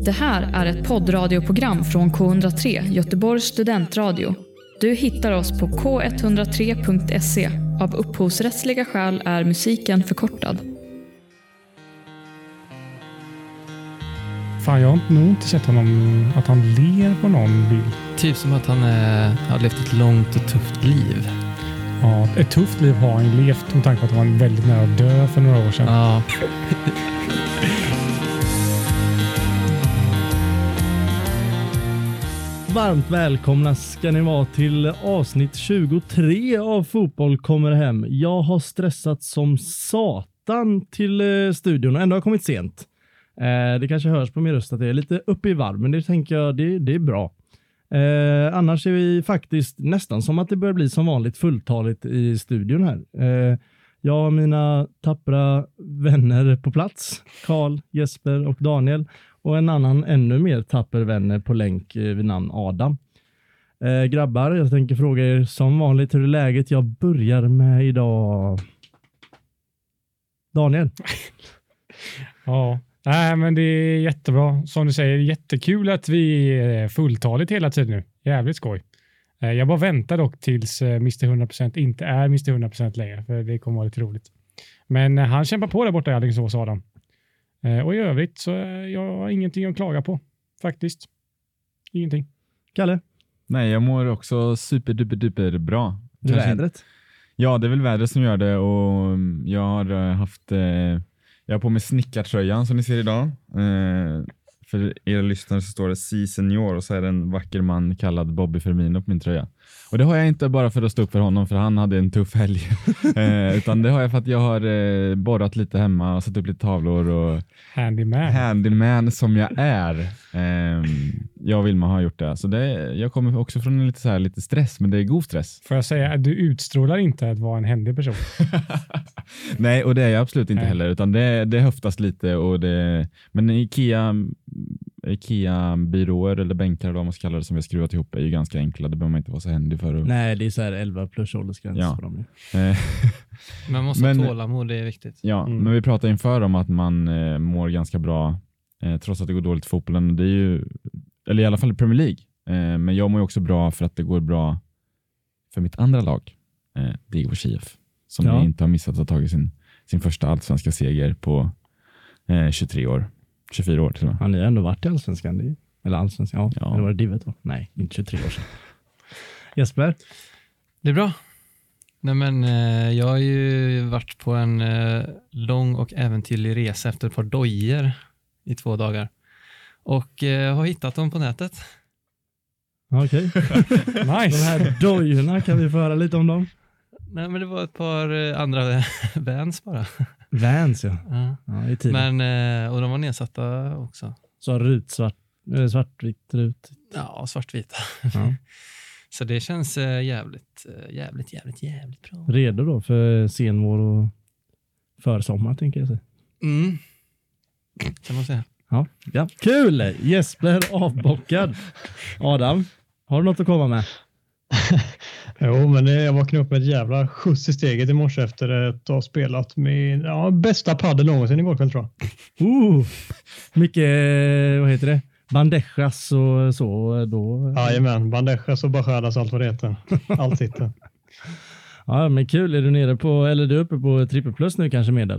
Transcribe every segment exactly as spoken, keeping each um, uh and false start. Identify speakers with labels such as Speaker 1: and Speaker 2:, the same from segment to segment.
Speaker 1: Det här är ett poddradioprogram från K hundra tre, Göteborgs studentradio. Du hittar oss på k etthundratre punkt se. Av upphovsrättsliga skäl är musiken förkortad.
Speaker 2: Fan, jag har nog inte sett honom att han ler på någon bild.
Speaker 3: Typ som att han eh, har levt ett långt och tufft liv.
Speaker 2: Ja, ett tufft liv har han levt med tanke på att han var väldigt nära att dö för några år sedan.
Speaker 3: Ja.
Speaker 4: Varmt välkomna ska ni vara till avsnitt tjugotre av Fotboll kommer hem. Jag har stressat som satan till eh, studion och ändå har kommit sent. Eh, det kanske hörs på min röst att det är lite uppe i varv, men det tänker jag, det, det är bra. Eh, annars är vi faktiskt nästan som att det börjar bli som vanligt fulltaligt i studion här. Eh, jag och mina tappra vänner på plats, Karl, Jesper och Daniel, och en annan ännu mer tapper vänner på länk vid namn Adam. Eh, grabbar, jag tänker fråga er som vanligt hur är läget. Jag börjar med idag. Daniel.
Speaker 2: Ja, nej, men det är jättebra. Som du säger, jättekul att vi är fulltaligt hela tiden nu. Jävligt skoj. Eh, jag bara väntar dock tills eh, mister hundra procent inte är mister hundra procent längre, för det kommer vara lite roligt. Men eh, han kämpar på där borta i Alingsås, Adam. Och i övrigt så jag har ingenting att klaga på, faktiskt. Ingenting.
Speaker 4: Kalle?
Speaker 5: Nej, jag mår också super duper duper bra.
Speaker 4: Det är vädret?
Speaker 5: Ja, det är väl vädret som gör det, och jag har haft eh, jag har på mig snickartröjan som ni ser idag. Eh, för era lyssnare så står det C Senior och så är det en vacker man kallad Bobby Firmino på min tröja. Och det har jag inte bara för att stå upp för honom, för han hade en tuff helg. eh, utan det har jag för att jag har eh, borrat lite hemma och satt upp lite tavlor. Och
Speaker 2: handyman.
Speaker 5: Handyman som jag är. Eh, jag och Vilma har gjort det. Så det, jag kommer också från en lite, så här, lite stress, men det är god stress.
Speaker 2: Får jag säga att du utstrålar inte att vara en händig person.
Speaker 5: Nej, och det är jag absolut inte
Speaker 2: Nej.
Speaker 5: heller. Utan det, det höftas lite. Och det, men Ikea... Ikea-byråer eller bänkar, vad man ska kalla det, som vi har skruvat ihop är ju ganska enkla. Det behöver man inte vara så händig för. Att...
Speaker 4: Nej, det är så här elva plus åldersgräns
Speaker 5: ja.
Speaker 4: för dem.
Speaker 3: Man måste men, ha tålamod, det är viktigt.
Speaker 5: Ja,
Speaker 2: mm.
Speaker 5: men vi pratade inför om att man eh, mår ganska bra eh, trots att det går dåligt i fotbollen. Det är ju, eller i alla fall i Premier League. Eh, men jag mår ju också bra för att det går bra för mitt andra lag, eh, Degerfors F C, som ja. inte har missat att ha tagit sin, sin första allsvenska seger på eh, tjugotre år. tjugofyra år till och med.
Speaker 4: Han har ändå varit i allsvenskan. Eller allsvenskan, ja.
Speaker 5: ja.
Speaker 4: Eller var det divet då? Nej, inte tjugotre år sedan. Jesper?
Speaker 3: Det är bra. Nej, men eh, jag har ju varit på en eh, lång och äventyrlig resa efter ett par dojor i två dagar. Och eh, har hittat dem på nätet.
Speaker 4: Okej. Okay.
Speaker 2: Nice.
Speaker 4: De här dojorna, kan vi få höra lite om dem?
Speaker 3: Nej, men det var ett par eh, andra Vans bara.
Speaker 4: Vans, ja.
Speaker 3: Ja.
Speaker 4: Ja, i tiden.
Speaker 3: Men, eh, och de var nedsatta också.
Speaker 4: Så rut, svart, äh, svartvitt, rut.
Speaker 3: Ja, svartvita.
Speaker 4: Ja.
Speaker 3: Så det känns eh, jävligt, eh, jävligt, jävligt, jävligt bra.
Speaker 4: Redo då för senvår och försommar, tänker jag säga.
Speaker 3: Mm. Kan man säga.
Speaker 4: Ja, ja. Kul! Jesper avbockad. Adam, har du något att komma med?
Speaker 6: Jo, men det, jag vaknade upp med ett jävla skjuts i steget i morse efter att ha spelat med ja, bästa padel någonsin igår kväll, tror jag.
Speaker 4: Uh, mycket, vad heter det? Bandejas och så då.
Speaker 6: Jajamän, bandejas och bajadas, allt vad det heter. Allt sitter.
Speaker 4: Ja, men kul. Är du nere på, eller är du uppe på trippel plus nu kanske, medel?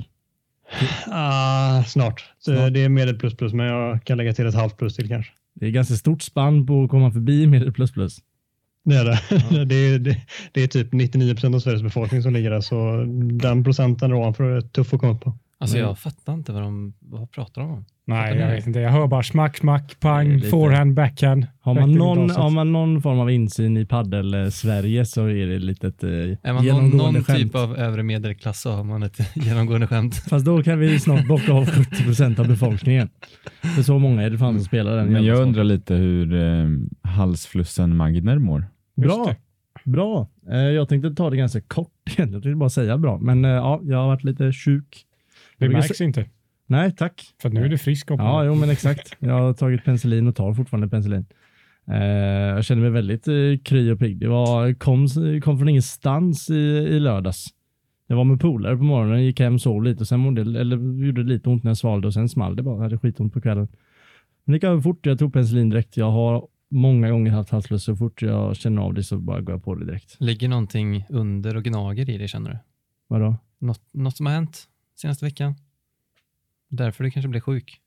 Speaker 6: Ah, snart. snart. Det är medel plus plus, men jag kan lägga till ett halvt plus till kanske. Det
Speaker 4: är ganska stort spann på att komma förbi medel plus plus.
Speaker 6: Det är det. Ja. det, är, det. Det är typ nittionio procent av Sveriges befolkning som ligger där, så den procenten ovanför är tuff att komma upp på.
Speaker 3: Alltså
Speaker 4: mm.
Speaker 3: jag fattar inte vad de vad pratar de om.
Speaker 2: Nej, jag vet inte. Jag hör bara smack, smack, pang, forehand, backhand.
Speaker 4: Har man, någon, har man någon form av insyn i paddel Sverige så är det lite ett
Speaker 3: är man
Speaker 4: genomgående
Speaker 3: någon, någon
Speaker 4: skämt.
Speaker 3: typ av övre medelklass så har man ett genomgående skämt.
Speaker 4: Fast då kan vi snart bocka av sjuttio procent av befolkningen. För så många är det fan som spelar den.
Speaker 5: Men jag undrar lite hur eh, halsflussen Magner mår.
Speaker 4: Bra. Bra. Eh, jag tänkte ta det ganska kort. Jag tänkte bara säga bra. Men eh, ja, jag har varit lite sjuk.
Speaker 2: Det märks inte.
Speaker 4: Nej, tack.
Speaker 2: För nu är du frisk. Och
Speaker 4: ja, jo, men exakt. Jag har tagit penicillin och tar fortfarande penicillin. Eh, jag känner mig väldigt eh, kry och pigg. Det var, kom, kom från ingenstans i, i lördags. Jag var med polare på morgonen, gick hem, sov lite och sen mådde, eller gjorde det lite ont när jag svalde och sen small det bara. Jag hade skitont på kvällen. Men det kan fort, jag tror penicillin direkt. Jag har många gånger haft halsfluss, så fort jag känner av det så bara går jag på det direkt.
Speaker 3: Ligger någonting under och gnager i det, känner du?
Speaker 4: Vadå?
Speaker 3: Något, något som har hänt senaste veckan? Därför du kanske blir sjuk?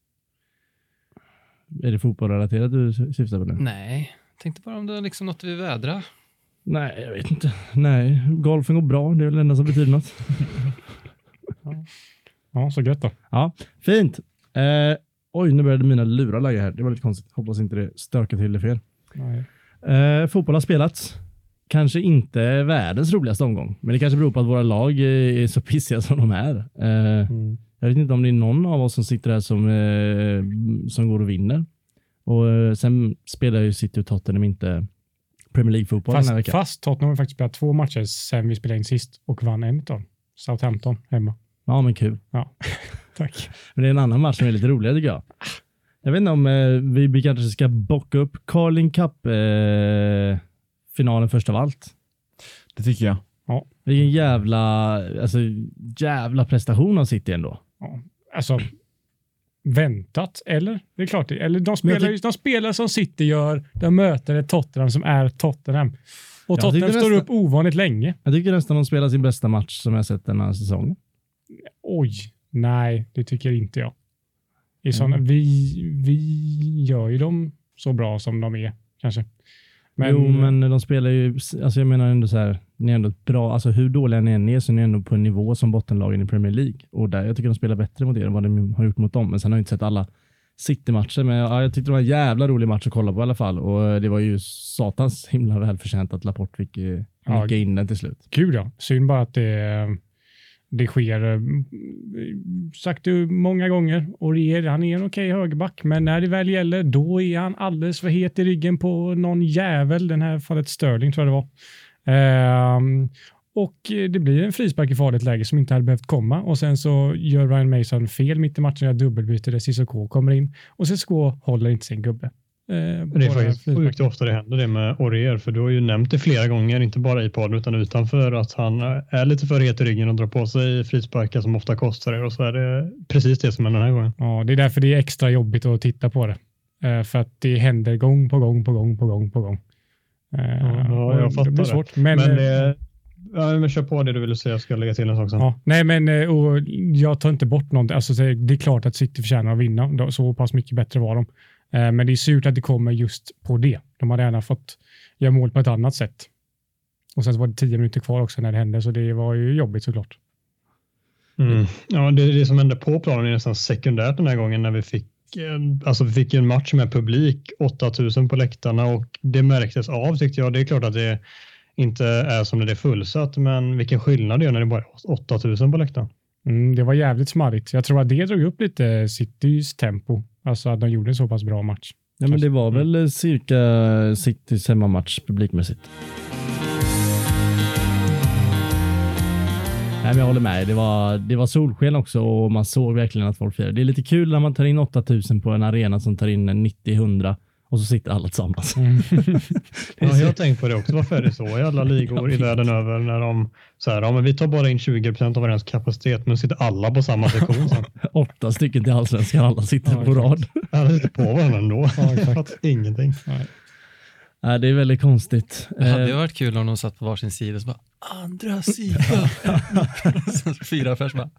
Speaker 4: Är det fotbollrelaterat du syftar på nu?
Speaker 3: Nej, tänkte bara om det är liksom något vi vädrar.
Speaker 4: Nej, jag vet inte. Nej, golfen går bra. Det är väl det enda som betyder något.
Speaker 2: ja. ja, så gött då.
Speaker 4: Ja, fint. Eh, oj, nu började mina lurar lägga här. Det var lite konstigt. Hoppas inte det stökar till det fel.
Speaker 2: Nej.
Speaker 4: Eh, fotboll har spelats. Kanske inte världens roligaste omgång. Men det kanske beror på att våra lag är så pissiga som de är. Eh, mm. Jag vet inte om det är någon av oss som sitter här som, eh, som går och vinner. Och eh, sen spelar ju City och Tottenham inte Premier League-fotboll
Speaker 2: fast,
Speaker 4: den här veckan.
Speaker 2: Fast Tottenham har faktiskt spelat två matcher sen vi spelade in sist och vann en av Southampton hemma.
Speaker 4: Ja, men kul.
Speaker 2: Ja, tack.
Speaker 4: Men det är en annan match som är lite roligare tycker jag. Jag vet inte om eh, vi kanske ska bocka upp Carling Cup-finalen eh, först av allt.
Speaker 5: Det tycker jag.
Speaker 4: Ja. Vilken jävla, alltså, jävla prestation av City ändå.
Speaker 2: Ja, alltså väntat, eller? Det är klart det. Eller de spelar, ty- de spelar som City gör, de möter ett Tottenham som är Tottenham. Och jag Tottenham står nästan, upp ovanligt länge.
Speaker 4: Jag tycker nästan de spelar sin bästa match som jag sett den här säsongen.
Speaker 2: Oj, nej, det tycker inte jag. I såna, mm. vi, vi gör ju dem så bra som de är, kanske.
Speaker 4: Men, jo, men de spelar ju, alltså jag menar ändå så här, ni är ändå bra, alltså hur dåliga ni än är så är ni ändå på en nivå som bottenlagen i Premier League. Och där, jag tycker de spelar bättre mot er än vad de har gjort mot dem. Men sen har jag inte sett alla City-matcher, men ja, jag tyckte det var en jävla rolig match att kolla på i alla fall. Och det var ju satans himla välförtjänt att Laporte fick eh, ja, nicka in den till slut.
Speaker 2: Kul ja, synd bara att det, det sker sagt du många gånger. Och han är en okej högerback, men när det väl gäller då är han alldeles för het i ryggen på någon jävel. Den här fallet Sterling tror jag det var. Um, och det blir en frispark i farligt läge som inte hade behövt komma och sen så gör Ryan Mason fel mitt i matchen, jag dubbelbyter det, Cissoko kommer in och Cissoko håller inte sin gubbe. Uh,
Speaker 6: det är faktiskt sjukt ofta det händer det med Aurier, för du har ju nämnt det flera gånger, inte bara i podden utan utanför, att han är lite för het i ryggen och drar på sig frisparkar som ofta kostar det, och så är det precis det som är den här gången.
Speaker 2: Ja, det är därför det är extra jobbigt att titta på det. Uh, för att det händer gång på gång på gång på gång på gång.
Speaker 6: Uh, ja, jag fattar det. Blir svårt. Men, men det, ja, men kör på det du ville säga, jag ska lägga till en sak sen.
Speaker 2: Ja, nej, men och jag tar inte bort någonting. Alltså, det är klart att City förtjänar att vinna. Så pass mycket bättre var de. Uh, men det är surt att det kommer just på det. De hade gärna fått göra mål på ett annat sätt. Och sen så var det tio minuter kvar också när det hände, så det var ju jobbigt såklart.
Speaker 6: Mm. Ja, det, det som hände på planen är nästan sekundärt den här gången när vi fick Alltså vi fick en match med publik, åtta tusen på läktarna, och det märktes av tyckte jag. Det är klart att det inte är som när det är fullsatt, men vilken skillnad det är när det bara är åtta tusen på läktaren.
Speaker 2: Mm, det var jävligt smarrigt. Jag tror att det drog upp lite Citys tempo. Alltså att de gjorde en så pass bra match.
Speaker 4: Ja, men det var väl mm. cirka Citys hemmamatch publikmässigt. Nej, men jag håller med. Det var, det var solsken också och man såg verkligen att folk firade. Det är lite kul när man tar in åtta tusen på en arena som tar in nittio hundra och så sitter alla tillsammans. Mm.
Speaker 6: Ja, jag har tänkt på det också. Varför är det så i alla ligor i världen över när de så här, ja, men vi tar bara in tjugo procent av varandras kapacitet, men sitter alla på samma sektion sen.
Speaker 4: Åtta stycken till allsvenskan, alla sitter ja, på rad.
Speaker 6: Alla sitter på varandra ändå. Ja, jag fattar ingenting.
Speaker 4: Nej. Nej, det är väldigt konstigt.
Speaker 3: Det hade ju varit kul om de satt på varsin sida och så bara, andra sidan. Fyra affärs bara.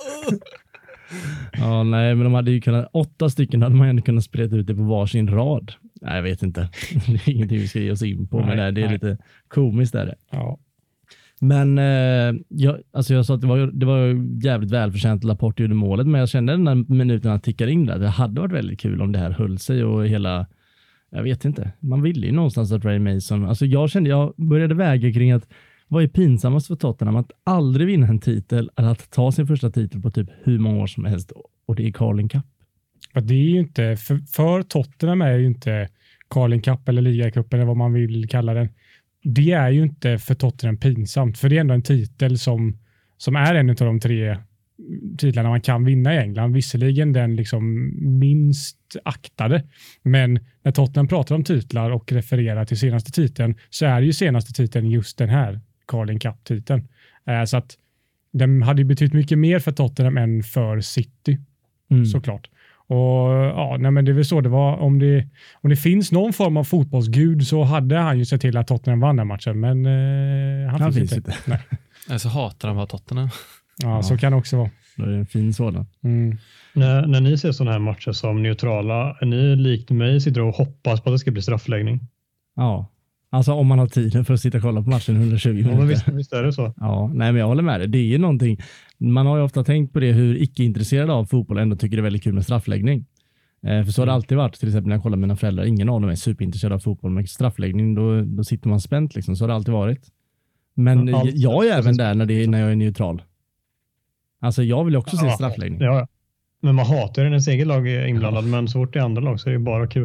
Speaker 4: Ja, nej, men de hade ju kunnat, åtta stycken hade man ändå kunnat spreta ut det på varsin rad. Nej, jag vet inte. Det är ingenting vi ska ge oss in på, nej, men det är, det är lite komiskt där.
Speaker 2: Ja.
Speaker 4: Men eh, jag, alltså jag sa att det var, det var jävligt välförtjänt Laporte gjorde målet, men jag kände den där minuterna tickar in där. Det hade varit väldigt kul om det här höll sig och hela, jag vet inte. Man ville ju någonstans att Ray Mason, alltså jag kände, jag började väga kring att vad är pinsammast för Tottenham, att aldrig vinna en titel eller att ta sin första titel på typ hur många år som helst, och det är Carling Cup.
Speaker 2: Ja, det är ju inte, för, för Tottenham är ju inte Carling Cup eller Ligacupen eller vad man vill kalla den. Det är ju inte för Tottenham pinsamt, för det är ändå en titel som, som är en av de tre titlarna man kan vinna i England. Visserligen den liksom minst aktade, men när Tottenham pratar om titlar och refererar till senaste titeln så är ju senaste titeln just den här Carling Cup-titeln. Eh, så att den hade ju betytt mycket mer för Tottenham än för City, mm. såklart. Och ja, nej, men det är väl så det var. Om det, om det finns någon form av fotbollsgud så hade han ju sett till att Tottenham vann den matchen, men eh, han, han finns, finns inte. inte. Nej.
Speaker 3: Eller så hatar han bara Tottenham.
Speaker 2: Ja, ja, så kan det också vara.
Speaker 4: Det är en fin sådan.
Speaker 2: Mm.
Speaker 6: När, när ni ser sådana här matcher som neutrala, är ni likt mig sitter och hoppas på att det ska bli straffläggning?
Speaker 4: Ja, alltså om man har tiden för att sitta och kolla på matchen hundratjugo minuter.
Speaker 6: Ja, men visst, visst är det så.
Speaker 4: Ja, nej men jag håller med dig. Det är ju någonting, man har ju ofta tänkt på det hur icke-intresserade av fotboll ändå tycker det är väldigt kul med straffläggning. Eh, för så har det alltid varit, till exempel när jag kollar med mina föräldrar, ingen av dem är superintresserade av fotboll, men straffläggning då, då sitter man spänt liksom, så har det alltid varit. Men ja, allt, jag är även där när, det är, när jag är neutral. Alltså jag vill också se ja, straffläggning.
Speaker 6: Ja, men man hatar när ens eget lag är inblandad, ja. Men så fort det är andra lag så är det bara kul.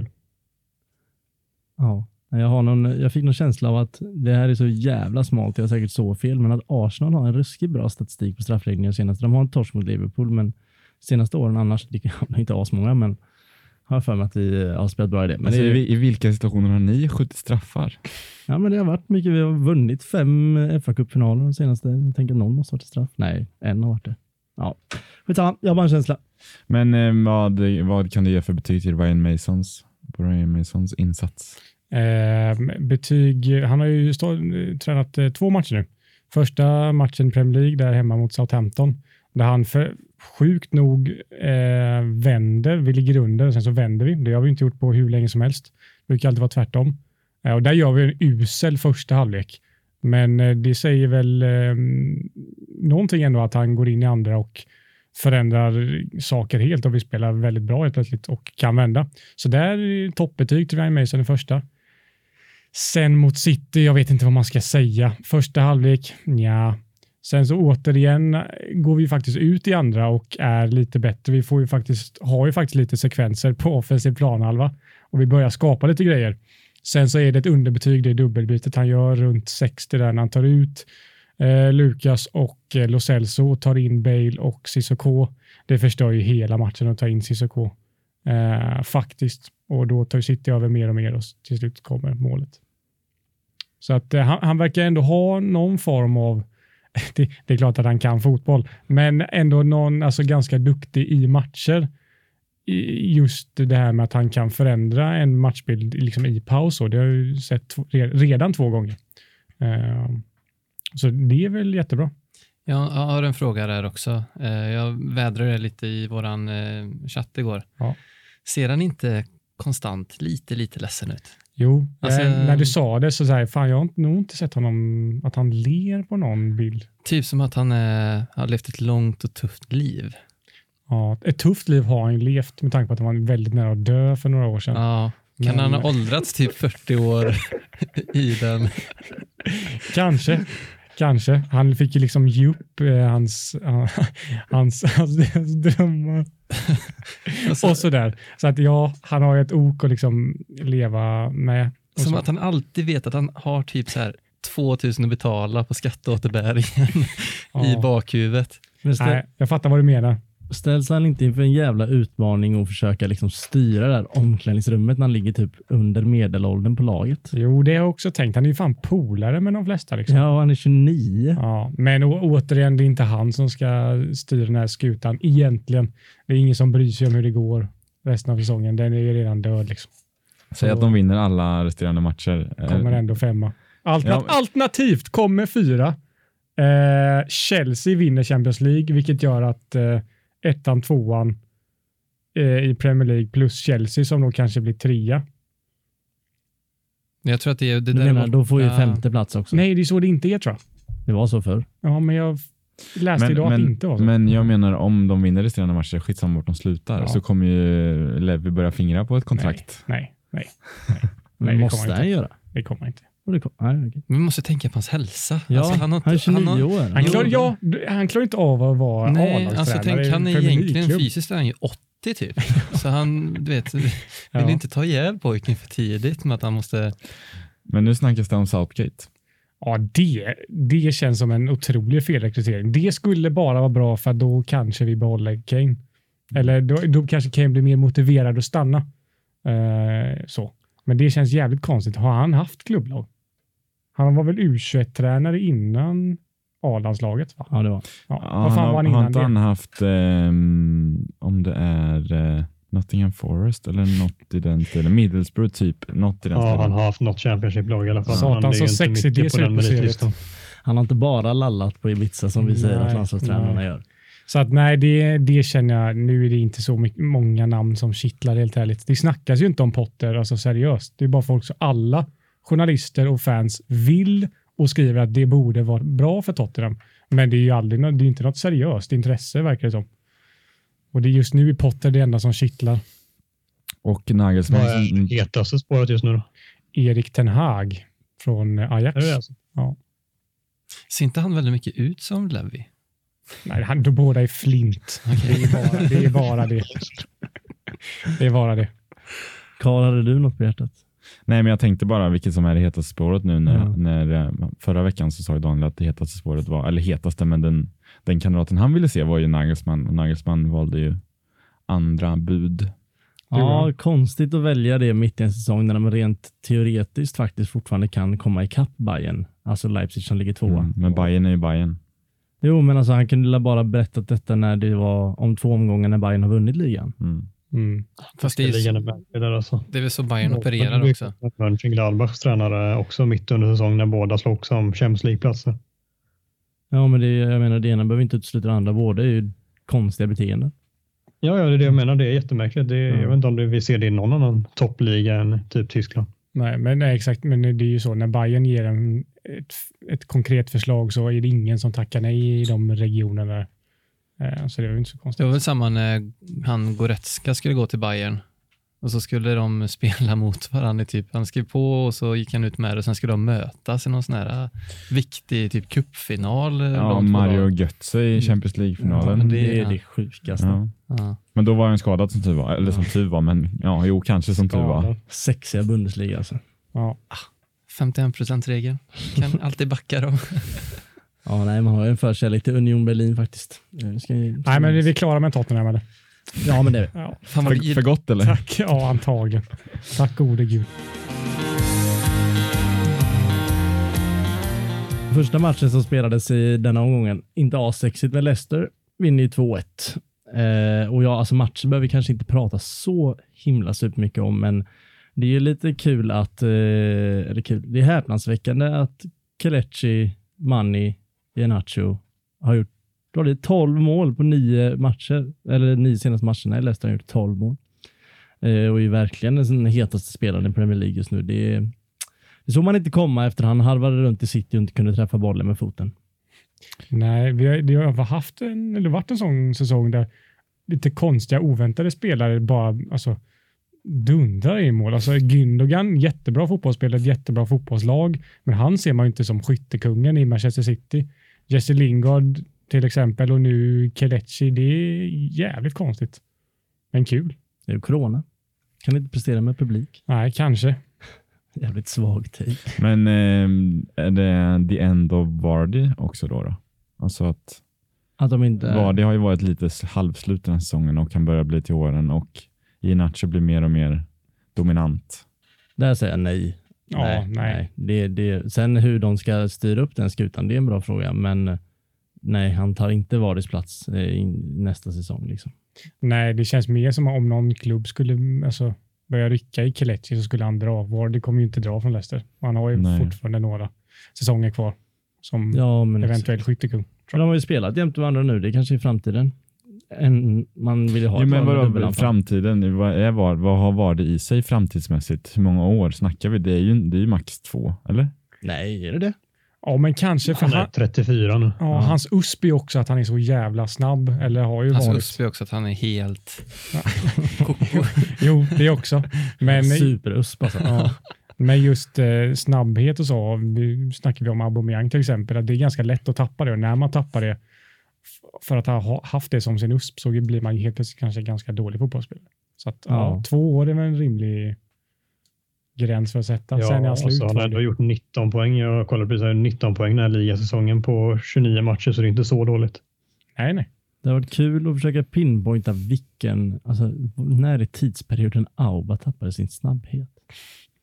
Speaker 4: Ja, jag, har någon, jag fick någon känsla av att det här är så jävla smalt, jag har säkert så fel, men att Arsenal har en ruskigt bra statistik på straffläggningar senast. De har en torsk mot Liverpool, men senaste åren annars, det är inte asmånga, men har för mig att vi har spelat bra i det. Men
Speaker 5: alltså,
Speaker 4: det är,
Speaker 5: i, i vilka situationer har ni skjutit straffar?
Speaker 4: Ja, men det har varit mycket. Vi har vunnit fem F A-cupfinaler de senaste. Jag tänker att någon måste ha varit straff. Nej, en har varit det. Ja, skitsamma. Jag har bara en känsla.
Speaker 5: Men eh, vad, vad kan du ge för betyg till Ryan Masons, Ryan Masons insats?
Speaker 2: Eh, betyg, han har ju stå, tränat eh, två matcher nu. Första matchen i Premier League där hemma mot Southampton. Där han för sjukt nog eh, vänder, vi ligger under och sen så vänder vi. Det har vi inte gjort på hur länge som helst. Det brukar alltid vara tvärtom. Eh, och där gör vi en usel första halvlek. Men eh, det säger väl eh, någonting ändå att han går in i andra och förändrar saker helt och vi spelar väldigt bra helt plötsligt och kan vända. Så där är toppbetyg till Ryan Mason i första. Sen mot City, jag vet inte vad man ska säga. Första halvlek, ja. Sen så återigen går vi faktiskt ut i andra och är lite bättre. Vi får ju faktiskt, har ju faktiskt lite sekvenser på offensiv planhalva och vi börjar skapa lite grejer. Sen så är det ett underbetyg, det är dubbelbytet han gör runt sextio där när han tar ut eh, Lucas och eh, Lo Celso och tar in Bale och Sissoko. Det förstör ju hela matchen att ta in Sissoko. Eh, faktiskt. Och då tar City över mer och mer och till slut kommer målet. Så att eh, han, han verkar ändå ha någon form av Det, det är klart att han kan fotboll, men ändå någon alltså ganska duktig i matcher. I just det här med att han kan förändra en matchbild liksom i paus och det har jag ju sett redan två gånger. Uh, så det är väl jättebra.
Speaker 3: Jag har en fråga där också. Uh, jag vädrade lite i våran uh, chatt igår. Ja. Ser han inte konstant lite, lite ledsen ut?
Speaker 2: Jo, alltså, eh, när du sa det så säger jag, fan jag har nog inte sett honom att han ler på någon bild.
Speaker 3: Typ som att han eh, har levt ett långt och tufft liv.
Speaker 2: Ja, ett tufft liv har han levt med tanke på att han var väldigt nära att dö för några år sedan.
Speaker 3: Ja, kan Men... han ha åldrats typ fyrtio år i den?
Speaker 2: Kanske. Kanske. Han fick ju liksom ge upp eh, hans, uh, hans, hans, hans drömmar. Alltså, och sådär. Så att ja, han har ju ett ok att liksom leva med.
Speaker 3: Som
Speaker 2: så.
Speaker 3: Att han alltid vet att han har typ så här tvåtusen att betala på skatteåterbäringen ja. I bakhuvudet.
Speaker 2: Nej, jag fattar vad du menar.
Speaker 4: Ställs han inte inför en jävla utmaning och försöka liksom styra det där omklädningsrummet när han ligger typ under medelåldern på laget?
Speaker 2: Jo, det har jag också tänkt. Han är ju fan polare med de flesta. Liksom.
Speaker 4: Ja, han är tjugonio.
Speaker 2: Ja, men å- återigen, det är inte han som ska styra den här skutan. Egentligen, det är ingen som bryr sig om hur det går resten av säsongen. Den är ju redan död. Liksom.
Speaker 5: Säg att de vinner alla resterande matcher.
Speaker 2: Kommer ändå femma. Alternat- ja. Alternativt kommer fyra. Eh, Chelsea vinner Champions League, vilket gör att eh, ettan, tvåan eh, i Premier League plus Chelsea som då kanske blir trea.
Speaker 3: Jag tror att det är... Det
Speaker 4: du
Speaker 3: där
Speaker 4: menar,
Speaker 3: var,
Speaker 4: då får ju
Speaker 3: ja.
Speaker 4: femte plats också.
Speaker 2: Nej, det är så det inte är, tror jag.
Speaker 4: Det var så förr.
Speaker 2: Ja, men jag läste
Speaker 5: men,
Speaker 2: idag
Speaker 5: men,
Speaker 2: att det inte var så.
Speaker 5: Men jag menar, om de vinner resterande matcher, skitsamma vart de slutar, ja. Så kommer ju Levi börja fingra på ett kontrakt.
Speaker 2: Nej, nej, nej. nej.
Speaker 4: nej det måste han göra.
Speaker 2: Det kommer han inte.
Speaker 4: Det kom, nej, okay.
Speaker 3: Vi måste tänka på hans hälsa.
Speaker 4: Ja,
Speaker 3: alltså, han, har inte,
Speaker 4: han är tjugonio
Speaker 3: han har,
Speaker 4: år.
Speaker 2: Han klarar, ja, han klarar inte av att vara A-lagstränare.
Speaker 3: Alltså, tänk, han är egentligen fysiskt är han ju åttio typ. Så han, du vet, vill ja. inte ta ihjäl pojken för tidigt med att han måste...
Speaker 5: Men nu snackas det om Southgate.
Speaker 2: Ja, det, det känns som en otrolig felrekrytering. Det skulle bara vara bra för att då kanske vi behåller Kane. Eller då, då kanske Kane blir mer motiverad att stanna. Uh, så. Men det känns jävligt konstigt. Har han haft klubblag? Han var väl U tjugoett-tränare innan A-landslaget, va?
Speaker 4: Ja, det var.
Speaker 2: Ja,
Speaker 5: ja,
Speaker 2: vad fan
Speaker 5: han
Speaker 2: var han
Speaker 5: har
Speaker 2: innan
Speaker 5: inte
Speaker 2: det?
Speaker 5: han haft, um, om det är uh, Nottingham Forest eller något i den stilen. Middlesbrough typ. Något i den
Speaker 6: ja,
Speaker 5: stilen.
Speaker 6: han har haft något Championship-lag i alla fall.
Speaker 2: Satan,
Speaker 6: han är
Speaker 2: så
Speaker 6: ju inte
Speaker 2: sexig
Speaker 6: mycket
Speaker 2: det
Speaker 6: på den
Speaker 2: ser ut på
Speaker 6: meritlistan.
Speaker 4: Han har inte bara lallat på Ibiza som vi säger
Speaker 2: Nej,
Speaker 4: att landslagstränarna
Speaker 2: nej.
Speaker 4: gör.
Speaker 2: Så att nej, det, det känner jag, nu är det inte så mycket, många namn som kittlar helt ärligt. Det snackas ju inte om Potter, alltså seriöst. Det är bara folk som alla journalister och fans vill och skriver att det borde vara bra för Tottenham. Men det är ju aldrig, det är inte något seriöst intresse verkar det som. Och det är just nu i Potter det enda som kittlar.
Speaker 5: Och Nagelsmann.
Speaker 6: Vad är
Speaker 5: som-
Speaker 6: det hetaste spåret just nu då?
Speaker 2: Erik Ten Hag från Ajax.
Speaker 6: Är det det alltså?
Speaker 2: Ja.
Speaker 3: Ser inte han väldigt mycket ut som Levy?
Speaker 2: Nej, han, de båda är flint. Det är bara det. Är bara det. Det är bara det.
Speaker 4: Karl, hade du något på hjärtat?
Speaker 5: Nej, men jag tänkte bara vilket som är det hetaste spåret nu. När,
Speaker 4: Mm.
Speaker 5: när, eh, förra veckan så sa ju Daniel att det hetaste spåret var, eller hetaste, men den, den kandidaten han ville se var ju Nagelsmann. Och Nagelsmann valde ju andra bud.
Speaker 4: Ja, konstigt att välja det mitt i en säsong när de rent teoretiskt faktiskt fortfarande kan komma ikapp Bayern. Alltså Leipzig som ligger tvåa.
Speaker 5: Mm, men Bayern är ju Bayern.
Speaker 4: Jo, men alltså han kunde bara berättat detta när det var om två omgångar när Bayern har vunnit ligan.
Speaker 5: Mm.
Speaker 2: Mm.
Speaker 3: Fast det är,
Speaker 6: Ligan är märklig där alltså.
Speaker 3: det är väl så Bayern opererar också.
Speaker 6: Mönchengladbachs tränare också mitt under säsongen när båda slogs om Champions League-platser.
Speaker 4: Ja, men det, jag menar, det ena behöver inte utesluta det andra. Båda är ju konstiga beteenden.
Speaker 6: Ja, ja, det är det jag menar. Det är jättemärkligt. Det är,
Speaker 4: Mm.
Speaker 6: Jag vet inte om det, vi ser det i någon annan toppliga än typ Tyskland.
Speaker 2: Nej, men nej, exakt. Men det är ju så, när Bayern ger en, ett, ett konkret förslag så är det ingen som tackar nej i de regionerna. Eh, Så det är ju inte så konstigt.
Speaker 3: Det var väl samma när han Goretzka skulle gå till Bayern. Och så skulle de spela mot varandra. Typ. Han skrev på och så gick han ut med det. Och sen skulle de mötas i någon sån här äh, viktig typ cupfinal.
Speaker 5: Ja, Mario Götze i Champions League-finalen.
Speaker 3: Ja,
Speaker 4: Det är
Speaker 3: ja.
Speaker 4: det sjukaste.
Speaker 5: Ja.
Speaker 3: Ja.
Speaker 5: Men då var han skadad som tur var. Eller som tur var, men ja, jo, kanske som tur var.
Speaker 4: Sexiga Bundesliga alltså.
Speaker 2: Ja.
Speaker 3: femtioen procent-regeln. Kan alltid backa dem.
Speaker 4: Ja, nej, man har ju en förkärlek till Union Berlin faktiskt. Jag Ska,
Speaker 2: Nej, men är vi klara med Tottenham eller?
Speaker 4: Ja, men det är vi.
Speaker 2: Ja.
Speaker 3: Fan vad
Speaker 5: För,
Speaker 3: vi
Speaker 5: för gott eller?
Speaker 2: Tack, ja antagligen. Tack gode gud.
Speaker 4: Första matchen som spelades i denna omgången, inte asexigt med Leicester, vinner ju två ett. Eh, och ja, alltså matchen behöver vi kanske inte prata så himla supermycket om, men det är ju lite kul att, eh, eller kul, det är häpnadsväckande att Kelechi, Mani, Iheanacho har gjort, då har det tolv mål på nio matcher, eller nio senaste matcherna i Leicester har gjort tolv mål. Eh, och är verkligen den hetaste spelaren i Premier League just nu. Det är Det såg man inte komma efter han harvade runt i City och inte kunde träffa bollen med foten.
Speaker 2: Nej, vi har, det har haft en, eller varit en sån säsong där lite konstiga, oväntade spelare bara alltså, dundrar i mål. Alltså Gündogan, jättebra fotbollsspelare, jättebra fotbollslag, men han ser man ju inte som skyttekungen i Manchester City. Jesse Lingard till exempel och nu Kelechi, det är jävligt konstigt. Men kul.
Speaker 4: Det är ju corona. Kan inte prestera med publik.
Speaker 2: Nej, kanske.
Speaker 4: Jävligt svag tid.
Speaker 5: Men eh, är det the end of Vardy också då? då? Alltså att
Speaker 4: Att de inte...
Speaker 5: Vardy har ju varit lite halvslut den här säsongen och kan börja bli till åren och Iheanacho blir mer och mer dominant.
Speaker 4: Där säger jag nej.
Speaker 2: Ja,
Speaker 4: nej.
Speaker 2: nej.
Speaker 4: Det, det, sen hur de ska styra upp den skutan, det är en bra fråga. Men nej, han tar inte Vardys plats i nästa säsong. Liksom.
Speaker 2: Nej, det känns mer som om någon klubb skulle alltså, börja rycka i Kelechi så skulle han dra. Vardy kommer ju inte dra från Leicester. Han har ju
Speaker 5: Nej.
Speaker 2: fortfarande några säsonger kvar som
Speaker 4: Ja, men
Speaker 2: eventuell skyttekung.
Speaker 4: Men de har ju spelat jämt med varandra nu. Det är kanske i framtiden. En, man vill ju ha
Speaker 5: Jo,
Speaker 4: ett
Speaker 5: men
Speaker 4: lag med
Speaker 5: vadå,
Speaker 4: dubbelanfall.
Speaker 5: framtiden, vad, är var, vad har Vardy i sig framtidsmässigt? Hur många år snackar vi? Det är ju, det är ju max två, eller?
Speaker 4: Nej, är det det?
Speaker 2: Ja, men kanske för
Speaker 6: Han är
Speaker 2: han,
Speaker 6: trettiofyra nu.
Speaker 2: ja, hans U S P är också att han är så jävla snabb. Eller har ju
Speaker 3: Hans
Speaker 2: varit.
Speaker 3: U S P är också att han är helt...
Speaker 2: Jo, det också. Men,
Speaker 4: Superusp alltså.
Speaker 2: ja, men just eh, snabbhet och så. Vi snackar vi om Aubameyang till exempel. Att det är ganska lätt att tappa det. Och när man tappar det f- för att ha haft det som sin U S P så blir man ju helt plötsligt kanske ganska dålig fotbollsspelare. Så att, ja.
Speaker 4: Ja.
Speaker 2: två år är väl en rimlig gräns för att sätta. Sen är
Speaker 6: Ja,
Speaker 2: han slut.
Speaker 6: alltså, han har ändå gjort nitton poäng. Jag kollade precis här, nitton poäng den här ligasäsongen på tjugonio matcher, så det är inte så dåligt.
Speaker 2: Nej, nej.
Speaker 4: Det har varit kul att försöka pinpointa vilken, alltså när är tidsperioden Auba tappade sin snabbhet?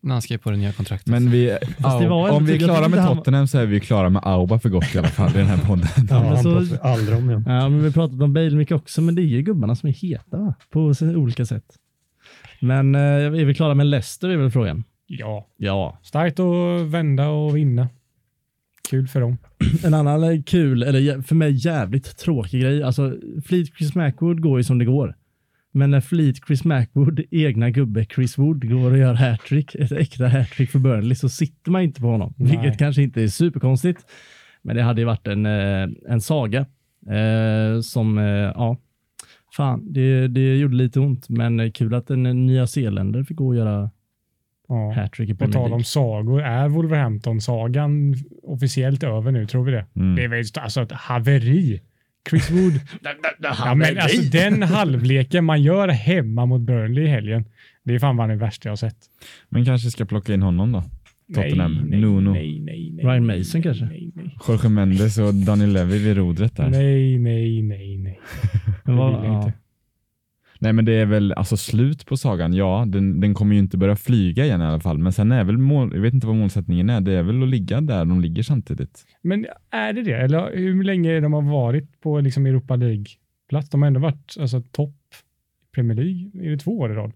Speaker 3: när han skrev på det nya kontraktet.
Speaker 5: Men vi,
Speaker 4: Fast det var
Speaker 5: om
Speaker 4: ändå
Speaker 5: vi är
Speaker 4: typ- jag
Speaker 5: klara
Speaker 4: tyckte
Speaker 5: med
Speaker 4: han-
Speaker 5: Tottenham så är vi klara med Auba för gott i alla fall i den här podden.
Speaker 6: Ja,
Speaker 4: men
Speaker 6: han
Speaker 4: så-
Speaker 6: pratar aldrig om det.
Speaker 4: Ja, men vi har pratat om Bale mycket också, men det är ju gubbarna som är heta va? På sina olika sätt. Men eh, är vi klara med Leicester är väl frågan?
Speaker 2: Ja,
Speaker 4: Ja.
Speaker 2: starkt att vända och vinna. Kul för dem.
Speaker 4: En annan kul, eller jä- för mig jävligt tråkig grej. Alltså, Fleet Chris Mackwood går ju som det går. Men när Fleet Chris Mackwood, egna gubbe Chris Wood, går och gör hattrick, ett äkta hattrick för Burnley, så sitter man inte på honom.
Speaker 2: Nej.
Speaker 4: Vilket kanske inte är superkonstigt. Men det hade ju varit en, eh, en saga eh, som, eh, ja, fan, det, det gjorde lite ont. Men kul att en nya zeeländare fick gå och göra
Speaker 2: Ja.
Speaker 4: hattrick i
Speaker 2: På
Speaker 4: Premier
Speaker 2: tal
Speaker 4: League.
Speaker 2: om sagor, är Wolverhampton-sagan officiellt över nu, tror vi det?
Speaker 5: Mm.
Speaker 2: Det är väl alltså ett haveri. Chris Wood. ja, men alltså, den halvleken man gör hemma mot Burnley i helgen, det är fan vad det värsta jag har sett.
Speaker 5: Men kanske ska plocka in honom då. Tottenham,
Speaker 2: nej,
Speaker 5: Nuno.
Speaker 2: Nej, nej, nej,
Speaker 4: Ryan
Speaker 2: nej,
Speaker 4: Mason
Speaker 2: nej,
Speaker 4: kanske?
Speaker 2: Nej, nej.
Speaker 5: Jorge Mendes och Daniel Levy vid rodret där. Nej.
Speaker 2: Nej, nej, nej, nej.
Speaker 4: Men
Speaker 2: Det
Speaker 4: vad-
Speaker 2: vill jag
Speaker 4: ja.
Speaker 2: inte.
Speaker 5: men det är väl alltså slut på sagan. Ja, den, den kommer ju inte börja flyga igen i alla fall. Men sen är väl mål, jag vet inte vad målsättningen är. Det är väl att ligga där de ligger samtidigt.
Speaker 2: Men är det det? Eller hur länge de har varit på liksom Europa League-plats? De har ändå varit alltså, topp i Premier League. Är det två år i rad?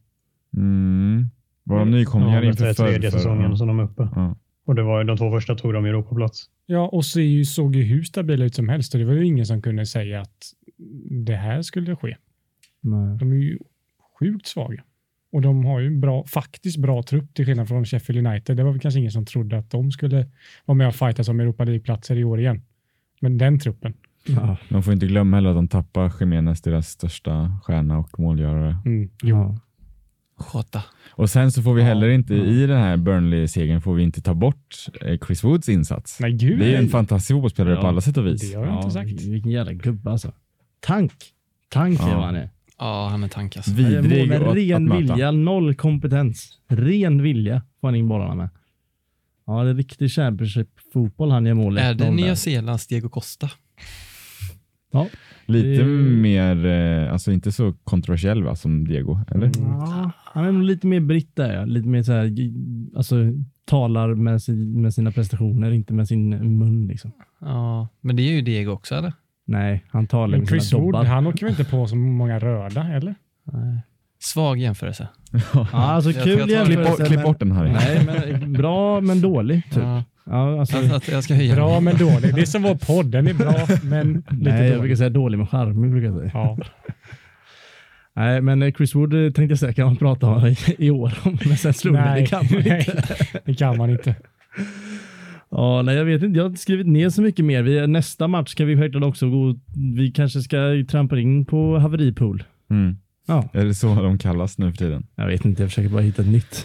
Speaker 5: Mm. Var de
Speaker 6: Ja,
Speaker 5: nykomlingar
Speaker 6: det
Speaker 5: inför
Speaker 6: är tredje
Speaker 5: för-
Speaker 6: säsongen
Speaker 5: ja.
Speaker 6: som de är uppe.
Speaker 5: Ja.
Speaker 6: Och det var ju de två första tog de Europaplats.
Speaker 2: Ja, och så är ju, såg ju hur stabila ut som helst och det var ju ingen som kunde säga att det här skulle ske.
Speaker 4: Nej.
Speaker 2: De är ju sjukt svaga. Och de har ju en bra, faktiskt bra trupp till skillnad från Sheffield United. Det var väl kanske ingen som trodde att de skulle vara med och fightas om Europa League-platser i år igen. Men den truppen.
Speaker 4: Ja.
Speaker 5: De får inte glömma heller att de tappar Jimenez, deras största stjärna och målgörare.
Speaker 2: Mm, jo.
Speaker 4: Ja.
Speaker 3: Jota.
Speaker 5: Och sen så får vi
Speaker 2: Ja,
Speaker 5: heller inte,
Speaker 4: ja.
Speaker 5: i den här Burnley-segern får vi inte ta bort eh, Chris Woods insats.
Speaker 2: Nej, gud.
Speaker 5: Det är ju en
Speaker 2: nej.
Speaker 5: fantastisk fotbollsspelare
Speaker 4: Ja,
Speaker 5: på alla sätt och vis.
Speaker 2: Det har jag inte sagt.
Speaker 4: Vilken jävla gubbe alltså. Tank. Tank är
Speaker 5: Ja.
Speaker 4: vad han är.
Speaker 3: Ja, han är tank alltså.
Speaker 5: Vidrig
Speaker 4: med
Speaker 5: att,
Speaker 4: ren
Speaker 5: att möta.
Speaker 4: vilja, noll kompetens. Ren vilja får han in bollarna med. Ja, det är riktig Championship-fotboll han gör mål.
Speaker 3: Är det
Speaker 4: noll där.
Speaker 3: Nya Zeelands Diego Costa?
Speaker 4: Ja.
Speaker 5: Lite
Speaker 4: Det är-
Speaker 5: mer, eh, alltså inte så kontroversiell va, som Diego, eller?
Speaker 4: Ja, han är nog lite mer britt där. Ja. Lite mer så här, alltså talar med, sin, med sina prestationer, inte med sin mun liksom.
Speaker 3: Ja, men det är ju Diego också, eller?
Speaker 4: Nej, han talar
Speaker 2: Men
Speaker 4: med
Speaker 2: Chris
Speaker 4: sina
Speaker 2: Wood,
Speaker 4: dobbar.
Speaker 2: han åker väl inte på så många röda, eller?
Speaker 3: Nej. Svag jämförelse.
Speaker 4: Ja, alltså
Speaker 3: Jag-
Speaker 4: kul
Speaker 3: jag tar-
Speaker 5: Klipp, bort,
Speaker 4: jämförelse,
Speaker 5: klipp
Speaker 4: men-
Speaker 5: bort den här.
Speaker 4: Nej, men bra men dålig typ.
Speaker 3: Ja.
Speaker 4: Ja, alltså,
Speaker 3: Att, att jag ska höja
Speaker 2: Bra
Speaker 3: den.
Speaker 2: men dålig. Det är som vår podd, den är bra men lite
Speaker 4: nej, jag brukar
Speaker 2: dålig.
Speaker 4: säga dålig men charmig. Brukar jag säga.
Speaker 2: Ja.
Speaker 4: Nej, men eh, Chris Wood eh, tänkte jag säga kan man prata om i, i år om, men sen slog det,
Speaker 2: Nej,
Speaker 4: det kan man
Speaker 2: nej,
Speaker 4: inte.
Speaker 2: det kan man inte.
Speaker 4: Ja, nej, jag vet inte, jag har inte skrivit ner så mycket mer. Vi, nästa match ska vi självklart också gå, vi kanske ska trampa in på haveripool.
Speaker 5: Mm.
Speaker 4: Ja,
Speaker 5: Är det så de kallas nu för tiden?
Speaker 4: jag vet inte, jag försöker bara hitta ett nytt.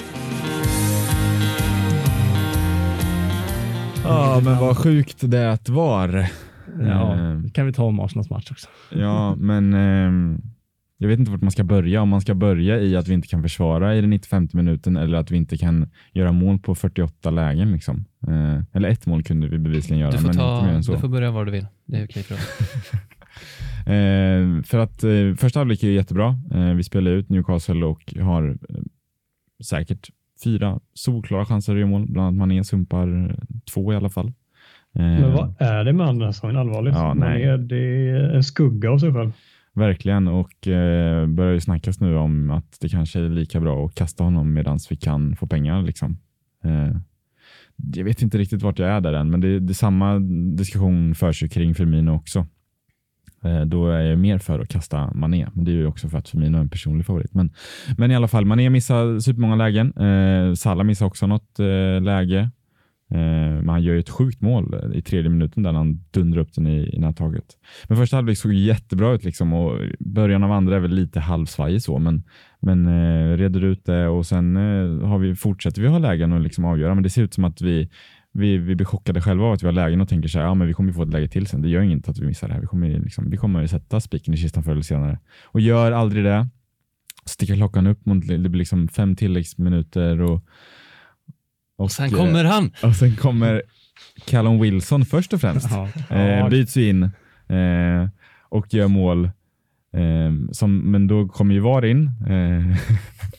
Speaker 5: Ja, men vad sjukt det att var.
Speaker 4: Ja,
Speaker 5: Eh,
Speaker 4: det kan vi ta om Arsenals match också.
Speaker 5: Ja, men eh, jag vet inte vart man ska börja. Om man ska börja i att vi inte kan försvara i den nittiofemte minuten eller att vi inte kan göra mål på fyrtioåtta lägen. Liksom. Eh, eller ett mål kunde vi bevisligen göra,
Speaker 3: Du får,
Speaker 5: men inte mer
Speaker 3: ta,
Speaker 5: än så.
Speaker 3: du får börja var du vill. Det är okej för oss.
Speaker 5: Eh, för att eh, första halvlek är ju jättebra. Eh, vi spelar ut Newcastle och har eh, säkert fyra solklara chanser att göra mål. Bland annat Mané sumpar två i alla fall. Eh,
Speaker 6: Men vad är det med andra säsongen allvarligt?
Speaker 5: Ja,
Speaker 6: Man
Speaker 5: nej.
Speaker 6: är, det är en skugga av sig själv.
Speaker 5: Verkligen, och eh, börjar ju snackas nu om att det kanske är lika bra att kasta honom medan vi kan få pengar. Liksom. Eh, jag vet inte riktigt vart jag är där än, men det, det är samma diskussion förs ju kring Firmino också. Eh, då är jag mer för att kasta Mané, men det är ju också för att Firmino är en personlig favorit. Men, men i alla fall, Mané missar supermånga lägen. Eh, Salah missar också något eh, läge. Eh, men han gör ju ett sjukt mål i tredje minuten där han dundrar upp den i, i nättaget. Men första halvlek såg jättebra ut liksom, och början av andra är väl lite halvsvajig så, men, men eh, reder ut det och sen eh, har vi, fortsätter vi ha lägen och liksom avgöra, men det ser ut som att vi, vi, vi blir chockade själva av att vi har lägen och tänker så här, ja men vi kommer ju få ett läge till sen, det gör inget att vi missar det här, vi kommer ju liksom, vi kommer ju sätta spiken i kistan förr eller senare, och gör aldrig det, sticker klockan upp mot, det blir liksom fem tilläggsminuter och
Speaker 3: Och sen kommer han.
Speaker 5: och sen kommer Callum Wilson först och främst.
Speaker 4: Ja.
Speaker 5: Eh, byts in eh, och gör mål. Eh, som, men då kommer ju V A R in. Eh,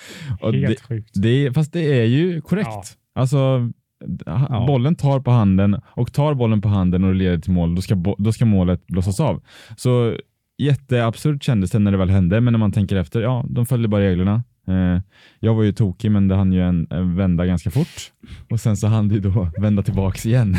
Speaker 5: Och
Speaker 2: Helt
Speaker 5: det,
Speaker 2: sjukt.
Speaker 5: det, fast det är ju korrekt.
Speaker 2: Ja.
Speaker 5: Alltså, ja. bollen tar på handen och tar bollen på handen och leder till mål, då ska, då ska målet blåsas av. Så jätteabsurt kändes det när det väl hände, men när man tänker efter, ja, de följde bara reglerna. Eh, jag var ju tokig, men det hann ju en, en vända ganska fort. Och sen så hann det ju då vända tillbaks igen.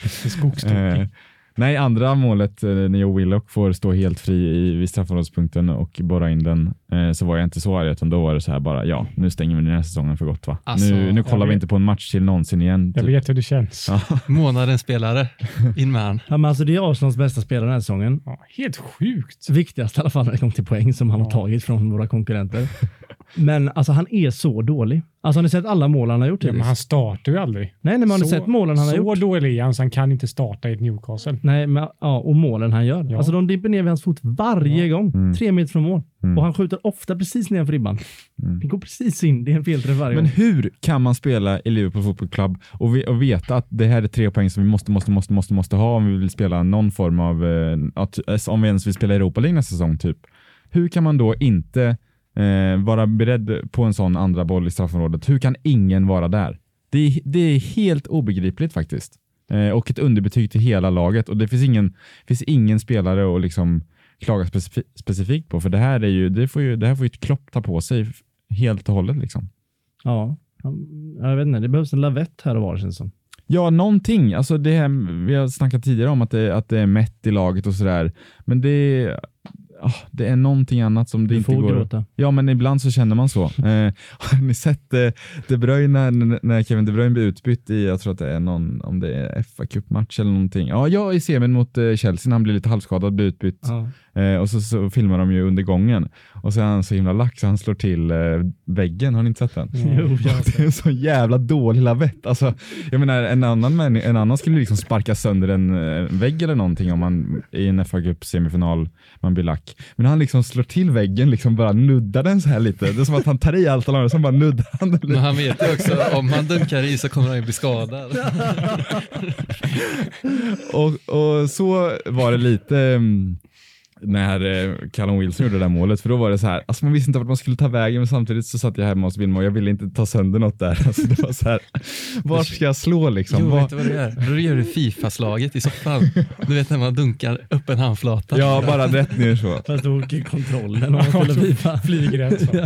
Speaker 5: eh, Nej, andra målet eh, när Joe Willock får stå helt fri i, vid straffområdespunkten och borra in den, eh, så var jag inte så arg, utan då var det så här bara, ja, nu stänger vi den här säsongen för gott, va?
Speaker 3: Alltså,
Speaker 5: nu nu kollar vi inte på en match till någonsin igen.
Speaker 2: Jag
Speaker 5: typ.
Speaker 2: vet hur det känns.
Speaker 5: Ja.
Speaker 3: Månadens spelare, in med han.
Speaker 4: Ja, men alltså det är Arsenals bästa spelare den här säsongen.
Speaker 2: Ja, helt sjukt.
Speaker 4: Viktigast i alla fall när det kommer till poäng som han har tagit från våra konkurrenter. Men alltså han är så dålig. Alltså har ni sett alla mål han har gjort
Speaker 2: Ja, men
Speaker 4: hittills?
Speaker 2: han startar ju aldrig.
Speaker 4: Nej, nej, men har ni
Speaker 2: Så-
Speaker 4: sett målen han har
Speaker 2: Så
Speaker 4: gjort?
Speaker 2: dålig är han så han kan inte starta i ett Newcastle.
Speaker 4: Nej, men ja, och målen han gör.
Speaker 2: Ja.
Speaker 4: Alltså de dimper ner vid hans fot varje gång.
Speaker 5: Mm.
Speaker 4: Tre meter från mål.
Speaker 5: Mm.
Speaker 4: Och han skjuter ofta precis nedanför ribban.
Speaker 5: Mm.
Speaker 4: Det går precis in. Det är en felträff varje
Speaker 5: Men
Speaker 4: gång.
Speaker 5: hur kan man spela i Liverpool Football Club och, vi, och veta att det här är tre poäng som vi måste, måste, måste, måste, måste ha om vi vill spela någon form av, eh, att, om vi ens vill spela Europa League nästa säsong typ. Hur kan man då inte eh, vara beredd på en sån andra boll i straffområdet? Hur kan ingen vara där? Det är, det är helt obegripligt faktiskt. Eh, och ett underbetyg till hela laget. Och det finns ingen, finns ingen spelare att liksom klaga specif- specifikt på. För det här är ju, det får ju, det här får ju ett Klopp ta på sig helt och hållet liksom.
Speaker 4: Ja, jag vet inte. Det behövs en lavett här och var, känns det som.
Speaker 5: Ja, någonting. Alltså det här, vi har snackat tidigare om att det, att det är mätt i laget och sådär. Men det är, ah, det är någonting annat som det
Speaker 4: Du
Speaker 5: inte
Speaker 4: får
Speaker 5: går.
Speaker 4: gråta.
Speaker 5: Ja, men ibland så känner man så. eh, har ni sett eh, De Bruyne när, när Kevin De Bruyne blir utbytt i, jag tror att det är någon, om det är F A Cup-match eller någonting. Ja, ja i semin mot eh, Chelsea när han blir lite halvskadad, blir utbytt.
Speaker 4: Ja.
Speaker 5: Eh, och så, så filmar de ju under gången. Och så är han så himla lack så han slår till eh, väggen. Har ni inte sett den?
Speaker 4: Jo, jag
Speaker 5: Det är en så jävla dålig lavett. Alltså, jag menar, en annan, män, en annan skulle liksom sparka sönder en, en vägg eller någonting om man i en F A Cup semifinal man blir lack. Men han liksom slår till väggen, liksom bara nuddar den så här lite. Det är som att han tar i allt och så bara nuddar han den
Speaker 3: Men
Speaker 5: lite.
Speaker 3: han vet ju också, om han dunkar i så kommer han ju bli skadad.
Speaker 5: Och, och så var det lite mm, när eh, Callum Wilson gjorde det där målet, för då var det så här, alltså man visste inte vart man skulle ta vägen, men samtidigt så satt jag hemma hos Vilma och jag ville inte ta sönder något där. Alltså det var så här, vart ska jag slå liksom?
Speaker 3: Jo,
Speaker 5: Var-
Speaker 3: vet du vad det är? Då gör du FIFA-slaget i soffan. Du vet när man dunkar upp en handflata.
Speaker 5: Ja, bara rätt ner så.
Speaker 4: Fast då åker kontrollen om man spelar FIFA.
Speaker 2: Flyger rätt så.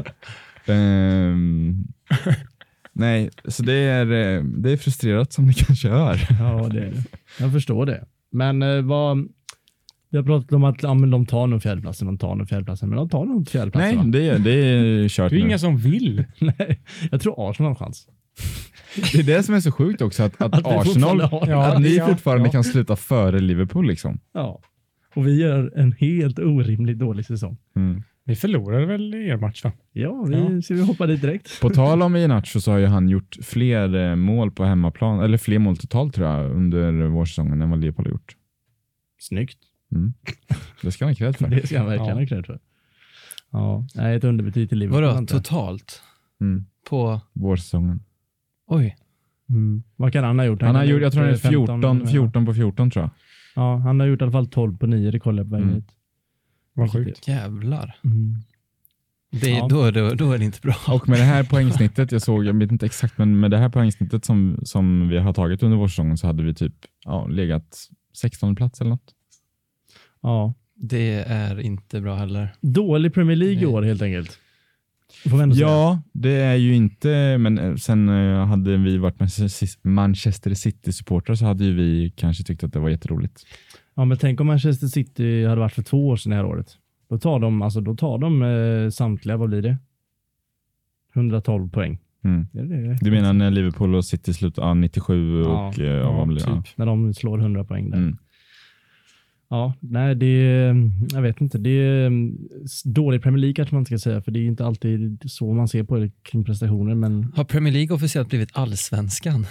Speaker 5: Ehm, nej, så det är, eh, det är frustrerat som ni kanske hör.
Speaker 4: Ja, det är det. Jag förstår det. Men eh, vad... Vi har pratat om att ja, men de tar nog fjärdeplatsen, de tar nog fjärdeplatsen, men de tar nog inte fjärdeplatsen.
Speaker 5: Nej, det, det är kört
Speaker 2: Det är
Speaker 5: nu.
Speaker 2: inga som vill.
Speaker 4: Nej, jag tror Arsenal har en chans.
Speaker 5: Det är det som är så sjukt också, att, att,
Speaker 4: Att vi
Speaker 5: Arsenal,
Speaker 4: fortfarande har-
Speaker 2: Ja,
Speaker 5: att ni
Speaker 2: ja,
Speaker 5: fortfarande
Speaker 2: ja.
Speaker 5: kan sluta före Liverpool liksom.
Speaker 4: Ja. Och vi gör en helt orimligt dålig säsong.
Speaker 5: Mm.
Speaker 2: Vi förlorade väl i er match va?
Speaker 4: Ja, vi,
Speaker 2: Ja.
Speaker 4: ska vi hoppa dit direkt?
Speaker 5: På tal om Iheanacho så har ju han gjort fler eh, mål på hemmaplan, eller fler mål totalt tror jag, under vårsäsongen än vad Liverpool har gjort.
Speaker 4: Snyggt.
Speaker 5: Mm. Det ska han ha cred för.
Speaker 4: Det ska han verkligen
Speaker 2: Ja.
Speaker 4: ha cred för. Ja, nej, ett underbetyg till Liverpool.
Speaker 3: Vadå,
Speaker 4: inte.
Speaker 3: totalt?
Speaker 5: Mm.
Speaker 3: På,
Speaker 5: Vårsäsongen.
Speaker 3: oj,
Speaker 4: Mm. Vad kan han ha gjort?
Speaker 5: Han har gjort, jag tror han är
Speaker 4: eh, femton,
Speaker 5: fjorton, fjorton på fjorton tror jag.
Speaker 4: Ja, han har gjort i alla fall tolv på nio. Det kollar jag på vägen
Speaker 5: Mm.
Speaker 4: hit.
Speaker 2: Vad sjukt.
Speaker 3: jävlar.
Speaker 4: Mm.
Speaker 3: Det,
Speaker 4: Ja.
Speaker 3: då, då, då är det inte bra.
Speaker 5: Och med det här poängsnittet, jag såg, jag vet inte exakt, men med det här poängsnittet som, som vi har tagit under vårsäsongen så hade vi typ ja, legat sextonde plats eller något.
Speaker 4: Ja.
Speaker 3: Det är inte bra heller.
Speaker 4: Dålig Premier League i
Speaker 3: Nej.
Speaker 4: år helt enkelt. Får vi ändå säga.
Speaker 5: Ja, det är ju inte, men eh, sen eh, hade vi varit med Manchester City-supportrar så hade ju vi kanske tyckt att det var jätteroligt.
Speaker 4: Ja, men tänk om Manchester City hade varit för två år sedan det här året. Då tar de, alltså, då tar de eh, samtliga, vad blir det? hundratolv poäng.
Speaker 5: Mm.
Speaker 4: Det är det.
Speaker 5: Du menar när Liverpool och City slutar ja, nittiosju
Speaker 4: Ja,
Speaker 5: och ja, vad blir det? Ja.
Speaker 4: När de slår hundra poäng där.
Speaker 5: Mm.
Speaker 4: Ja, nej, det är, jag vet inte. Det är mm, dålig Premier League kanske man inte ska säga, för det är inte alltid så man ser på det kring prestationer, men
Speaker 3: Har Premier League officiellt blivit allsvenskan?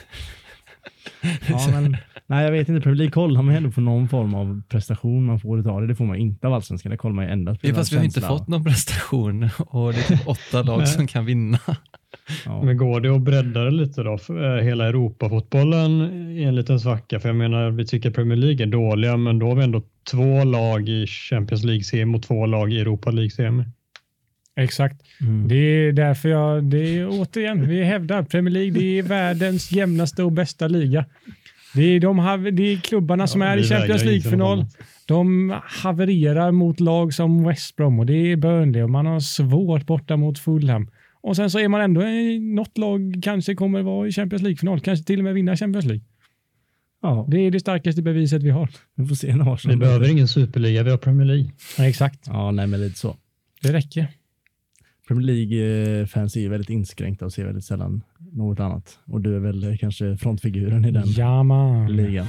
Speaker 4: ja, men nej, jag vet inte. Premier League kollar man ändå på någon form av prestation man får utav det. Det får man inte av allsvenskan. Det kollar man ju endast på.
Speaker 3: Ja, fast vi har inte
Speaker 4: känsla.
Speaker 3: fått någon prestation och det är typ åtta lag som kan vinna.
Speaker 4: Ja.
Speaker 6: Men går det att bredda det lite då? För, eh, hela Europafotbollen är en liten svacka. För jag menar, vi tycker Premier League är dåliga, men då har vi ändå två lag i Champions League-semi och två lag i Europa League-semi.
Speaker 2: Exakt.
Speaker 4: Mm.
Speaker 2: Det är därför jag, det är återigen, vi hävdar Premier League, det är världens jämnaste och bästa liga. Det är de hav, det är klubbarna som
Speaker 6: Ja,
Speaker 2: är i
Speaker 6: vi
Speaker 2: Champions
Speaker 6: vägrar inte
Speaker 2: League-final.
Speaker 6: något
Speaker 2: De havererar mot lag som West Brom och det är Burnley och man har svårt borta mot Fulham. Och sen så är man ändå i något lag kanske kommer vara i Champions League-final, kanske till och med vinna Champions League.
Speaker 4: Ja,
Speaker 2: Det är det starkaste beviset vi har.
Speaker 4: vi får se en Arsenal.
Speaker 6: Vi behöver ingen superliga, vi har Premier League.
Speaker 2: Ja, exakt.
Speaker 4: Ja, nej men lite så.
Speaker 2: Det räcker.
Speaker 4: Premier League-fans är ju väldigt inskränkta och ser väldigt sällan något annat. Och du är väl kanske frontfiguren i den
Speaker 2: Ja, man.
Speaker 4: ligan.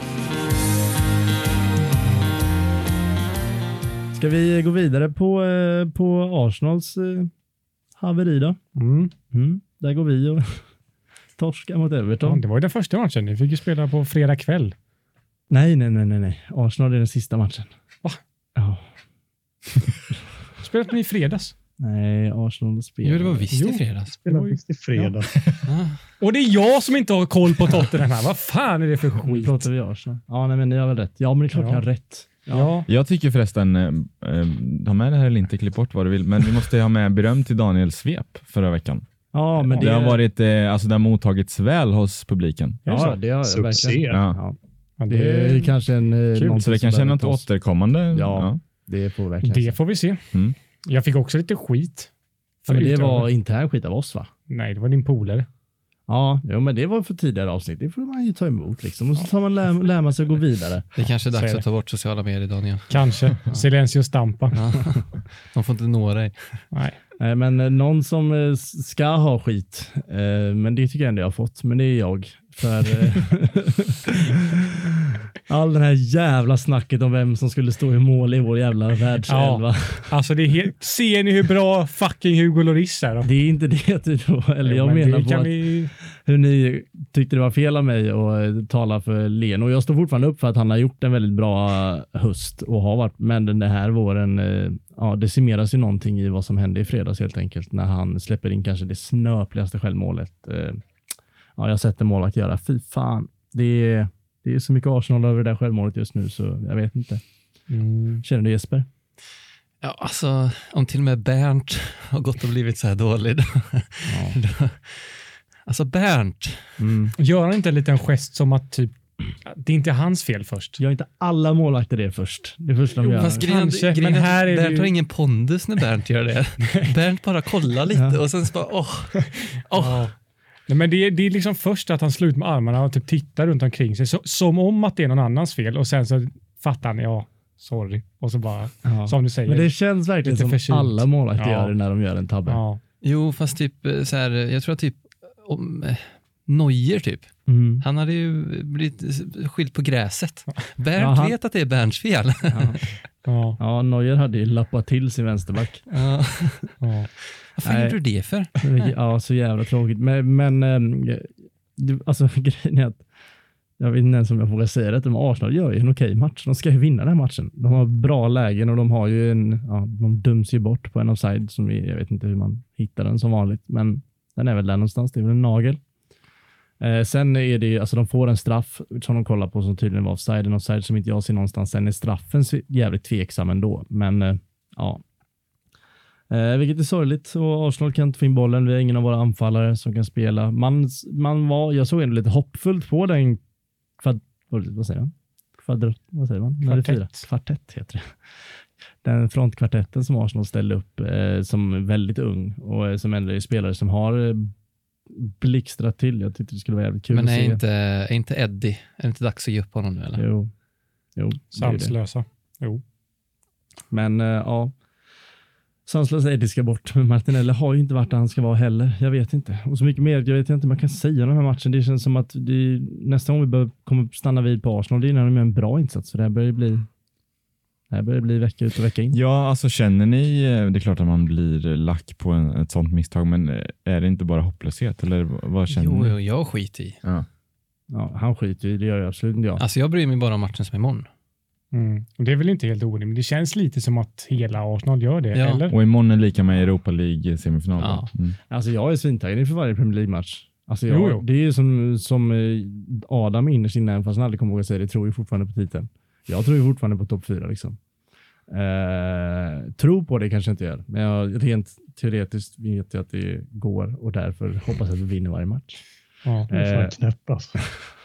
Speaker 4: Ska vi gå vidare på, eh, på Arsenals eh, haveri då?
Speaker 2: Mm.
Speaker 4: Mm, där går vi och torskar mot
Speaker 2: Ja,
Speaker 4: Everton.
Speaker 2: det var ju den första matchen. Ni fick ju spela på fredag kväll.
Speaker 4: Nej, nej, nej, nej, nej. Arsenal är den sista matchen.
Speaker 2: Va?
Speaker 4: Ja.
Speaker 2: Spelade ni i fredags?
Speaker 4: Nej, Arsenal spelar.
Speaker 3: Jo, det var visst
Speaker 2: Jo.
Speaker 3: i fredags.
Speaker 6: Det var visst i fredag.
Speaker 3: Ah.
Speaker 2: Och det är jag som inte har koll på Tottenham här. Vad fan är det för
Speaker 4: Nu
Speaker 2: skit?
Speaker 4: pratar vi Arsenal. Ja, nej, men ni har väl rätt. Ja, men det är klart
Speaker 2: Ja.
Speaker 4: jag har rätt.
Speaker 2: Ja.
Speaker 5: Jag tycker förresten, eh, eh, ha med det här eller inte, klipp bort vad du vill, men vi måste ha med beröm till Daniels svep förra veckan.
Speaker 4: Ja, men
Speaker 5: Det,
Speaker 4: det,
Speaker 5: har varit, eh, alltså det har mottagits väl hos publiken.
Speaker 2: Är det
Speaker 4: Ja,
Speaker 2: så?
Speaker 4: det har jag
Speaker 6: Succé.
Speaker 4: verkligen.
Speaker 5: Ja.
Speaker 4: Ja.
Speaker 2: Ja,
Speaker 4: Det är kanske en... eh,
Speaker 2: Kul.
Speaker 4: någonting
Speaker 5: Så det
Speaker 4: som
Speaker 5: kanske är
Speaker 4: behöver
Speaker 5: något
Speaker 4: tas.
Speaker 5: återkommande.
Speaker 4: Ja. Det får verkligen.
Speaker 2: det får vi se.
Speaker 5: Mm.
Speaker 2: Jag fick också lite skit.
Speaker 4: Ja, men det
Speaker 2: Utöver-
Speaker 4: var intern skit av oss, va?
Speaker 2: Nej, det var din polare.
Speaker 4: Ja, jo, men det var för tidigare avsnitt. Det får man ju ta emot liksom. Och så tar man lär, lär man sig att gå vidare.
Speaker 3: Det kanske är dags
Speaker 2: Säg det.
Speaker 3: att ta bort sociala medier, Daniel.
Speaker 2: Kanske. Silencio stampa.
Speaker 3: Ja. De får inte nå dig.
Speaker 2: Nej.
Speaker 4: Nej, men eh, någon som eh, ska ha skit, eh, men det tycker jag ändå jag har fått, men det är jag. För eh, all den här jävla snacket om vem som skulle stå i mål i vår jävla världselva.
Speaker 2: Alltså det är helt... Ser ni hur bra fucking Hugo Lloris är då?
Speaker 4: Det är inte det du då, eller
Speaker 2: Jo,
Speaker 4: jag
Speaker 2: men
Speaker 4: menar
Speaker 2: det
Speaker 4: på
Speaker 2: kan
Speaker 4: att
Speaker 2: vi...
Speaker 4: hur ni tyckte det var fel av mig att eh, tala för Len. Och jag står fortfarande upp för att han har gjort en väldigt bra höst och har varit, men den här våren, eh, ja, det summeras ju någonting i vad som hände i fredags helt enkelt, när han släpper in kanske det snöpligaste självmålet. Eh, ja, jag har sett en målvakt göra. Fy fan, det är, det är så mycket Arsenal över det där självmålet just nu, så jag vet inte.
Speaker 2: Mm.
Speaker 4: Känner du Jesper?
Speaker 3: Ja, alltså, om till och med Bernt har gått och blivit så här dålig.
Speaker 4: Ja.
Speaker 3: Alltså Bernt.
Speaker 4: Mm.
Speaker 2: Gör han inte en liten gest som att typ... Det är inte hans fel först?
Speaker 4: Jag har inte alla målvakter det först. Det första de
Speaker 2: Jo,
Speaker 4: gör.
Speaker 3: Fast grejen,
Speaker 2: Kanske,
Speaker 3: grejen
Speaker 2: men
Speaker 3: är att
Speaker 2: här är det
Speaker 3: Bernt
Speaker 2: ju-
Speaker 3: har ingen pondus när Bernt gör det. Bernt bara kollar lite
Speaker 4: Ja.
Speaker 3: och sen så bara åh.
Speaker 2: Ja. Nej, men det, är, det är liksom först att han slår ut med armarna och typ tittar runt omkring sig. Så, som om att det är någon annans fel. Och sen så fattar han, ja, sorry. Och så bara,
Speaker 4: Ja.
Speaker 2: som du säger.
Speaker 4: Men det känns verkligen
Speaker 2: Lite
Speaker 4: som
Speaker 2: försynt.
Speaker 4: alla målvakter
Speaker 2: Ja.
Speaker 4: gör det när de gör en tabbe.
Speaker 2: ja.
Speaker 3: Jo, fast typ eh, så här, jag tror att typ om eh, Neuer typ.
Speaker 4: Mm.
Speaker 3: Han hade ju blivit skilt på gräset. Bernt
Speaker 4: Ja, han-
Speaker 3: vet att det är Bernts fel.
Speaker 4: Ja.
Speaker 2: Ja,
Speaker 4: Ja, Neuer hade ju lappat till sin vänsterback.
Speaker 3: Ja.
Speaker 2: ja.
Speaker 3: Vad fan
Speaker 4: Nej.
Speaker 3: gjorde du det för?
Speaker 4: Ja, så jävla tråkigt. Men, men äm, det- alltså grejen är att jag vet inte ens om jag vågar säga det, men Arsenal gör ju en okej match. De ska ju vinna den här matchen. De har bra lägen och de har ju en, ja, de döms ju bort på en offside som vi, jag vet inte hur man hittar den som vanligt, men den är väl där någonstans. Det är väl en nagel. Eh, sen är det ju, alltså de får en straff som de kollar på som tydligen var offside, en offside som inte jag ser någonstans. Sen är straffen så jävligt tveksam ändå, men eh, ja. Eh, vilket är sorgligt, och Arsenal kan inte få in bollen. Vi har ingen av våra anfallare som kan spela. Man, man var, jag såg ändå lite hoppfullt på den kvad, vad säger man? Kvadrat, vad säger man? När det är fyra.
Speaker 2: Kvartett.
Speaker 4: Kvartett heter det. Den frontkvartetten som Arsenal ställde upp eh, som är väldigt ung och eh, som ändå är spelare som har eh, blixtrat till. Jag tyckte det skulle vara jävligt kul
Speaker 3: Men
Speaker 4: att
Speaker 3: är
Speaker 4: se.
Speaker 3: inte, är inte Eddie, är det inte dags att ge upp honom nu eller?
Speaker 4: Jo. Jo, det är det.
Speaker 2: Sanslösa. Jo.
Speaker 4: Men eh, ja, sanslös Eddie ska bort, men Martinelli har ju inte varit där han ska vara heller. Jag vet inte. Och så mycket mer, jag vet inte man kan säga om den här matchen. Det känns som att det, nästa gång vi bör, kommer stanna vid på Arsenal, det är när de gör en bra insats. Så det här börjar bli, det här börjar bli vecka ut och vecka in.
Speaker 5: Ja, alltså känner ni, det är klart att man blir lack på en, ett sånt misstag, men är det inte bara hopplöshet eller vad känner
Speaker 3: Jo,
Speaker 5: ni?
Speaker 3: jo, jag skit i.
Speaker 5: Ja.
Speaker 4: Ja, han skiter ju, det gör jag absolut inte jag.
Speaker 3: Alltså jag bryr mig bara om matchen som är imorgon.
Speaker 2: Mm. Och det är väl inte helt orimligt. Det känns lite som att hela Arsenal gör det,
Speaker 3: Ja.
Speaker 2: eller?
Speaker 5: Och imorgon är lika med Europa League semifinal.
Speaker 3: Ja.
Speaker 5: Mm.
Speaker 4: Alltså jag är svintaggad inför varje Premier League-match. Alltså jag,
Speaker 2: Jo, jo.
Speaker 4: det är ju som, som eh, Adam innerst inne, fast han aldrig kommer ihåg att säga det, tror ju fortfarande på titeln. Jag tror ju fortfarande på topp fyra liksom. Eh, tro på det kanske inte gör, men jag, rent teoretiskt vet jag att det går och därför hoppas jag att vi vinner varje match.
Speaker 6: Ja, det är fan knäpp alltså.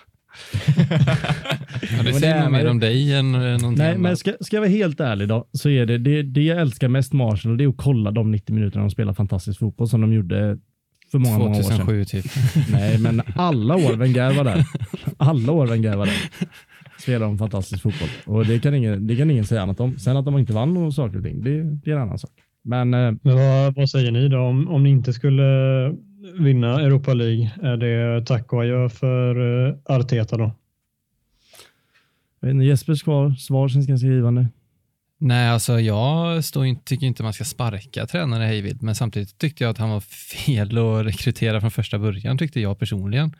Speaker 3: Ja, det säger nog mer om dig än någonting
Speaker 4: Nej,
Speaker 3: annat.
Speaker 4: men ska, ska jag vara helt ärlig då, så är det, det det jag älskar mest med Arsenal, det är att kolla de nittio minuterna de spelar fantastisk fotboll som de gjorde för många, många år sedan.
Speaker 3: tjugohundrasju typ.
Speaker 4: Nej, men alla år Wenger var där. Alla år Wenger var där. Spelar de fantastisk fotboll. Och det kan ingen, det kan ingen säga annat om. Sen att de inte vann någon saker och ting, det, det är en annan sak. Men, eh,
Speaker 6: Men vad, vad säger ni då om, om ni inte skulle vinna Europa League? Är det tack och adjö för uh, Arteta då?
Speaker 4: jag vet inte, Jespers svar, svar känns ganska givande.
Speaker 3: Nej, alltså jag står inte, tycker inte man ska sparka tränare hejvilt, men samtidigt tyckte jag att han var fel att rekrytera från första början, tyckte jag personligen.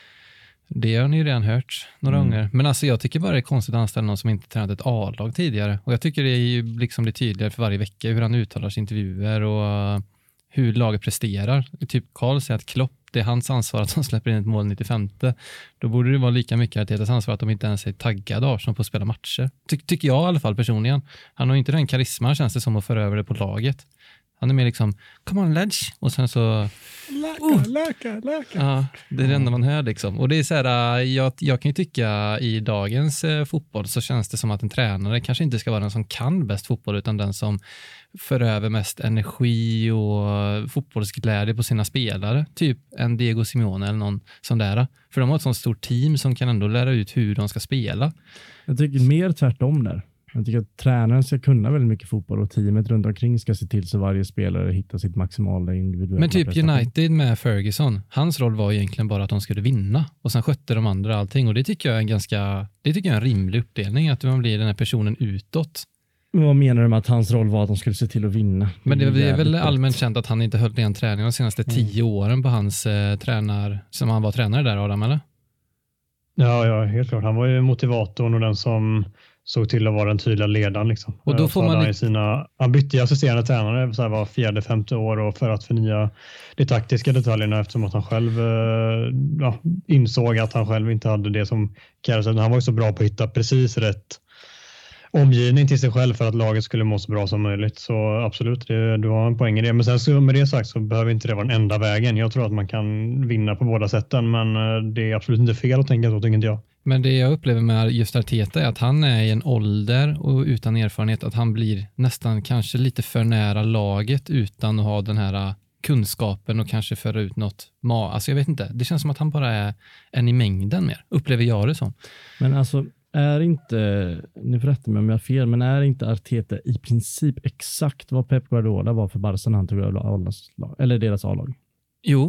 Speaker 3: Det har ni ju redan hört några mm. gånger. Men alltså jag tycker bara det är konstigt att anställa någon som inte tränat ett A-lag tidigare. Och jag tycker det är ju liksom det tydligare för varje vecka hur han uttalar sig i intervjuer och hur laget presterar. Typ Karl säger att Klopp, det är hans ansvar att de släpper in ett mål nittiofem. Då borde det vara lika mycket Artetas ansvar att de inte ens är taggade Arsenal på att spela matcher. Ty- tycker jag i alla fall personligen. Han har inte den karisman, känns det som, att föra över det på laget. Han är mer liksom, come on lads. Och sen så...
Speaker 2: Läka, läka, läka.
Speaker 3: Ja, det är det enda man hör liksom. Och det är så här, jag, jag kan ju tycka i dagens eh, fotboll så känns det som att en tränare kanske inte ska vara den som kan bäst fotboll, utan den som för över mest energi och fotbollsglädje på sina spelare. Typ en Diego Simeone eller någon sån där. För de har ett sånt stort team som kan ändå lära ut hur de ska spela.
Speaker 4: Jag tycker mer tvärtom där. Jag tycker att tränaren ska kunna väldigt mycket fotboll och teamet runt omkring ska se till så varje spelare hittar sitt maximala individuella.
Speaker 3: Men typ
Speaker 4: prestation.
Speaker 3: United med Ferguson, hans roll var egentligen bara att de skulle vinna och sen skötte de andra allting, och det tycker jag är en ganska, det tycker jag är en rimlig uppdelning, att man blir den här personen utåt.
Speaker 4: Men vad menar du med att hans roll var att de skulle se till att vinna?
Speaker 3: Men det,
Speaker 4: är
Speaker 3: det är väl
Speaker 4: jävligt
Speaker 3: allmänt känt att han inte höll den träningen de senaste
Speaker 4: Mm.
Speaker 3: tio åren på hans eh, tränar, som han var tränare där, Adam, eller?
Speaker 6: Ja, ja, helt klart. Han var ju motivatorn och den som såg till att vara den tydliga ledaren. Liksom.
Speaker 3: Och då får man
Speaker 6: han,
Speaker 3: li-
Speaker 6: sina, han bytte assisterande tränare så här var fjärde, femte år och för att förnya de taktiska detaljerna, eftersom att han själv eh, ja, insåg att han själv inte hade det som krävdes. Han var ju så bra på att hitta precis rätt omgivning till sig själv för att laget skulle må så bra som möjligt. Så absolut, det, du har en poäng i det. Men sen så, med det sagt så behöver inte det vara den enda vägen. Jag tror att man kan vinna på båda sätten, men eh, det är absolut inte fel att tänka så, tycker inte jag.
Speaker 3: Men det jag upplever med just Arteta är att han är i en ålder och utan erfarenhet att han blir nästan kanske lite för nära laget utan att ha den här kunskapen och kanske föra ut något. Alltså jag vet inte, det känns som att han bara är en i mängden mer, upplever jag det som.
Speaker 4: Men alltså, är inte, ni får rätta mig om jag har fel, men är inte Arteta i princip exakt vad Pep Guardiola var för Barca när han tog över A-lag, eller deras A-lag?
Speaker 3: Jo,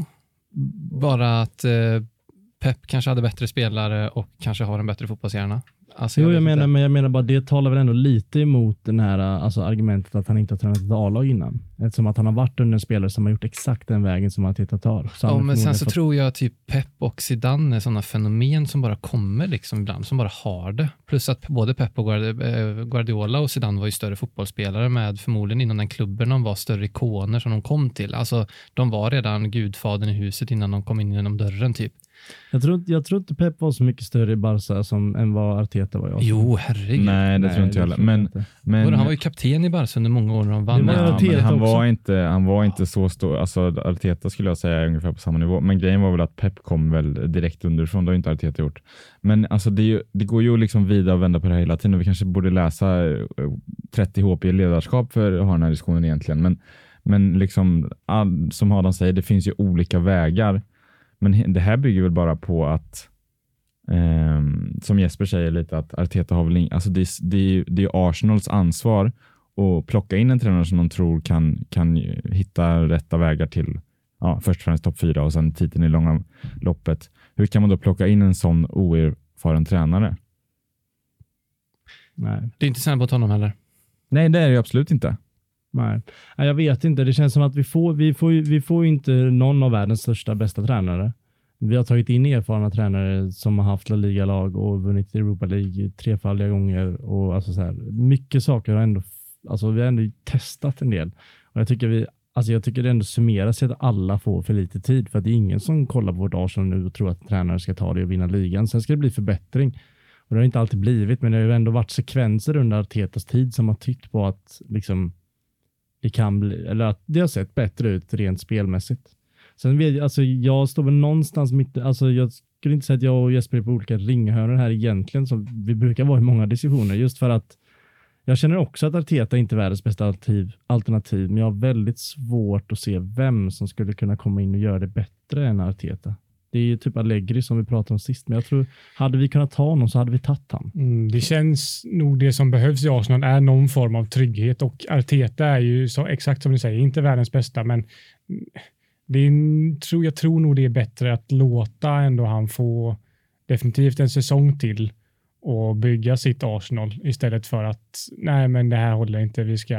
Speaker 3: bara att eh, Pep kanske hade bättre spelare och kanske har en bättre fotbollshjärna. Alltså,
Speaker 4: Jo,
Speaker 3: jag,
Speaker 4: jag
Speaker 3: vet
Speaker 4: menar,
Speaker 3: inte.
Speaker 4: men jag menar bara, det talar väl ändå lite emot den här, alltså argumentet att han inte har tränat ett A-lag innan. Eftersom att han har varit under en spelare som har gjort exakt den vägen som Arteta tar. Så
Speaker 3: Ja,
Speaker 4: han
Speaker 3: men sen så
Speaker 4: fått...
Speaker 3: tror jag typ Pep och Zidane är sådana fenomen som bara kommer liksom ibland, som bara har det. Plus att både Pep och Guardiola och Zidane var ju större fotbollsspelare med förmodligen inom den klubben, de var större ikoner som de kom till. Alltså de var redan gudfadern i huset innan de kom in genom dörren typ.
Speaker 4: Jag tror, jag tror inte Pep var så mycket större i Barca som, än vad Arteta var. Jag.
Speaker 3: Jo, herregud.
Speaker 5: Nej, det
Speaker 4: Nej,
Speaker 5: tror inte jag
Speaker 4: det
Speaker 5: heller. Men,
Speaker 4: inte.
Speaker 5: men,
Speaker 3: Han var ju kapten i Barca under många år när de vann.
Speaker 4: Det var
Speaker 5: ja,
Speaker 4: Arteta
Speaker 5: men han
Speaker 4: också.
Speaker 5: var inte, han var inte så stor. Alltså Arteta skulle jag säga är ungefär på samma nivå. Men grejen var väl att Pep kom väl direkt underifrån. Det har inte Arteta gjort. Men alltså det, är ju, det går ju liksom vida och vända på det här hela tiden. Vi kanske borde läsa trettio H P i ledarskap för att ha den här diskussionen egentligen. Men, men liksom, all, som Adam säger, det finns ju olika vägar. Men det här bygger väl bara på att eh, som Jesper säger lite att Arteta har väl in, alltså det, det, det är Arsenals ansvar att plocka in en tränare som de tror kan, kan hitta rätta vägar till ja, först och främst topp fyra och sen titeln i långa loppet. Hur kan man då plocka in en sån oerfaren tränare?
Speaker 4: Nej.
Speaker 3: Det är inte snabbt på honom heller.
Speaker 5: Nej, det är det ju absolut inte.
Speaker 4: Nej. Nej, jag vet inte. Det känns som att vi får, vi får, vi får inte någon av världens största, bästa tränare. Vi har tagit in erfarna tränare som har haft La Liga-lag och vunnit Europa League trefaldiga gånger. Och alltså så här, mycket saker har ändå, alltså vi har ändå testat en del. Och jag tycker vi, alltså jag tycker det ändå summerar sig att alla får för lite tid. För att det är ingen som kollar på vårt Arsenal nu och tror att tränare ska ta det och vinna ligan. Sen ska det bli förbättring. Och det har inte alltid blivit, men det har ju ändå varit sekvenser under Artetas tid som har tyckt på att liksom det kan bli, eller att det har sett bättre ut rent spelmässigt. Sen vet jag, alltså jag står väl någonstans mitt, alltså jag skulle inte säga att jag och Jesper är på olika ringhörnor här egentligen, som vi brukar vara i många diskussioner, just för att jag känner också att Arteta inte är världens bästa alternativ, alternativ, men jag har väldigt svårt att se vem som skulle kunna komma in och göra det bättre än Arteta. Det är ju typ Allegri som vi pratade om sist, men jag tror, hade vi kunnat ta honom så hade vi tagit han.
Speaker 2: Mm, det känns nog det som behövs i Arsenal är någon form av trygghet, och Arteta är ju så exakt som du säger, inte världens bästa, men det är, tror, jag tror nog det är bättre att låta ändå han få definitivt en säsong till och bygga sitt Arsenal istället för att nej men det här håller inte, vi ska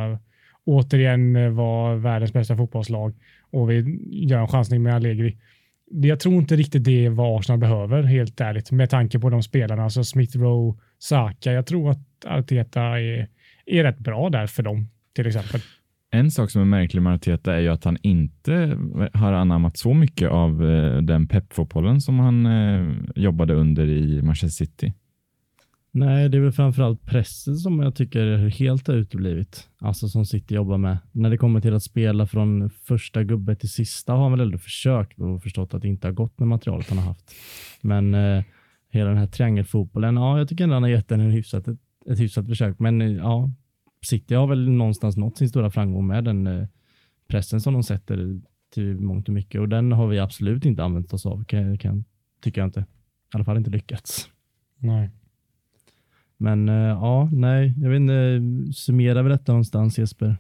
Speaker 2: återigen vara världens bästa fotbollslag och vi gör en chansning med Allegri. Jag tror inte riktigt det är vad Arsenal behöver, helt ärligt, med tanke på de spelarna, alltså Smith Rowe, Saka. Jag tror att Arteta är, är rätt bra där för dem, till exempel.
Speaker 5: En sak som är märklig med Arteta är ju att han inte har anammat så mycket av den peppfotbollen som han jobbade under i Manchester City.
Speaker 4: Nej, det är väl framförallt pressen som jag tycker helt har uteblivit. Alltså som City jobbar med. När det kommer till att spela från första gubbe till sista har han väl ändå försökt och förstått att det inte har gått med materialet han har haft. Men eh, hela den här triangelfotbollen, ja, jag tycker ändå han har gett den en hyfsat, ett, ett hyfsat försök. Men eh, ja, City har väl någonstans nått sin stora framgång med den eh, pressen som de sätter till mångt och mycket. Och den har vi absolut inte använt oss av, kan, kan, tycker jag inte. I alla fall inte lyckats.
Speaker 2: Nej.
Speaker 4: Men uh, ja, nej, jag vet inte, summerar vi detta någonstans, Jesper?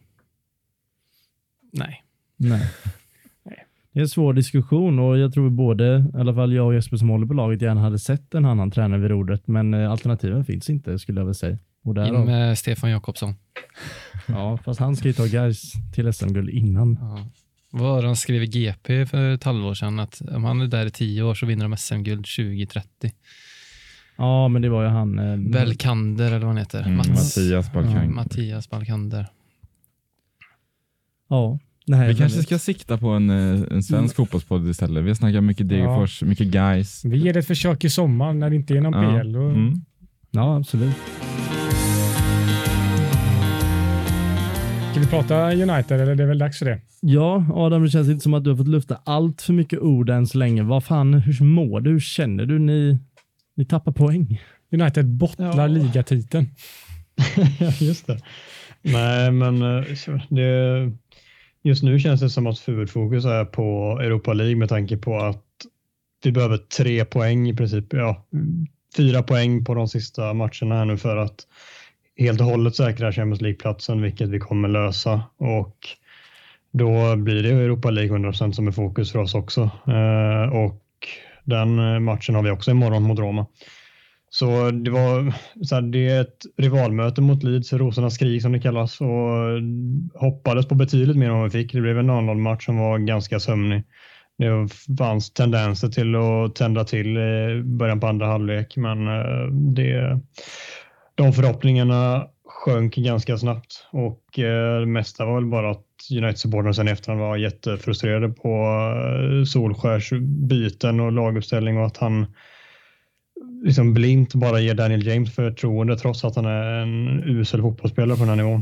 Speaker 3: Nej.
Speaker 4: Nej. Det är en svår diskussion och jag tror både, i alla fall jag och Jesper som håller på laget, gärna hade sett en annan tränare vid rodret, men uh, alternativen finns inte, skulle jag väl säga. Och
Speaker 3: In med Stefan Jakobsson.
Speaker 4: Ja, fast han ska ju ta guys till S M-guld innan.
Speaker 3: Ja. Vad han skrev i G P för ett halvår sedan, att om han är där i tio år så vinner de S M-guld tjugo trettio.
Speaker 4: Ja, men det var ju han... Eh,
Speaker 3: Belkander eller vad han heter.
Speaker 5: Mm,
Speaker 3: Mats,
Speaker 5: Mattias Balkander.
Speaker 3: Ja, Mattias Balkander.
Speaker 4: Ja. Nej,
Speaker 5: vi kanske ska sikta på en, en svensk mm. fotbollspodd istället. Vi har snackat mycket Degerfors, ja. mycket guys.
Speaker 2: Vi ger ett försök i sommar när det inte är någon
Speaker 5: ja.
Speaker 2: P L. Och...
Speaker 5: Mm.
Speaker 4: Ja, absolut.
Speaker 2: Ska vi prata United eller det är väl dags för det?
Speaker 4: Ja, Adam, det känns inte som att du har fått lufta allt för mycket ord än så länge. Vad fan, hur mår du? Hur känner du? Ni... Ni tappar poäng.
Speaker 2: United bottlar ja. ligatiteln.
Speaker 6: Ja, just det. Nej, men det, just nu känns det som att huvudfokus är på Europa League med tanke på att vi behöver tre poäng i princip. Ja, fyra poäng på de sista matcherna här nu för att helt och hållet säkra Champions League-platsen, vilket vi kommer lösa. Och då blir det Europa League hundra procent som är fokus för oss också. Och den matchen har vi också imorgon mot Roma. Så det var så här, det är ett rivalmöte mot Leeds, Rosornas krig som det kallas, och hoppades på betydligt mer än vad vi fick. Det blev en noll noll-match som var ganska sömnig. Det fanns tendenser till att tända till i början på andra halvlek, men det, de förhoppningarna sjönk ganska snabbt och det mesta var väl bara att United-supportrarna sen efterhand var jättefrustrerade på Solskjärs byten och laguppställning och att han liksom blint bara ger Daniel James förtroende trots att han är en usel fotbollsspelare på den här nivån.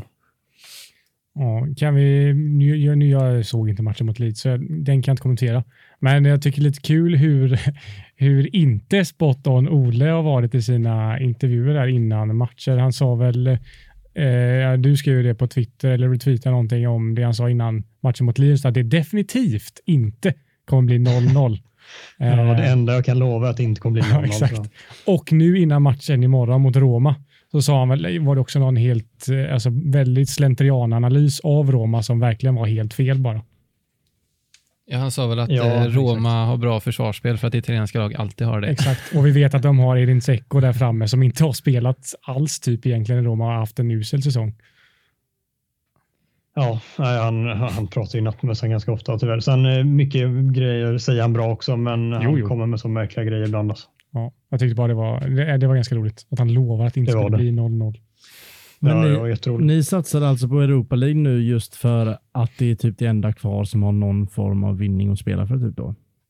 Speaker 2: Ja, kan vi, nu, nu jag såg inte matchen mot Leeds så den kan jag inte kommentera. Men jag tycker det är lite kul hur, hur inte spot on Ole har varit i sina intervjuer där innan matcher. Han sa väl, eh, du skrev det på Twitter eller retweetade någonting om det han sa innan matchen mot Leeds, att det definitivt inte kommer bli noll noll.
Speaker 6: Ja, det enda jag kan lova är att det inte kommer bli noll noll.
Speaker 2: Ja, exakt. Och nu innan matchen imorgon mot Roma så sa han väl, var det också någon helt, alltså väldigt slentriananalys av Roma som verkligen var helt fel bara.
Speaker 3: Ja, han sa väl att
Speaker 6: ja,
Speaker 3: Roma
Speaker 6: exakt.
Speaker 3: har bra försvarsspel för att italienska lag alltid har det.
Speaker 2: Exakt, och vi vet att de har Edin Dzeko där framme som inte har spelat alls typ egentligen. Roma har haft en usel säsong.
Speaker 6: Ja, han, han pratar ju nattmössan ganska ofta tyvärr. Sen mycket grejer säger han bra också, men jo, han jo. kommer med så märkliga grejer ibland. Alltså.
Speaker 2: Ja, jag tyckte bara det var, det, det var ganska roligt att han lovar att det inte det skulle det. bli noll noll.
Speaker 4: Men
Speaker 6: ja,
Speaker 4: ni, ni satsar alltså på Europa League nu just för att det är typ det enda kvar som har någon form av vinning att spela för typ då?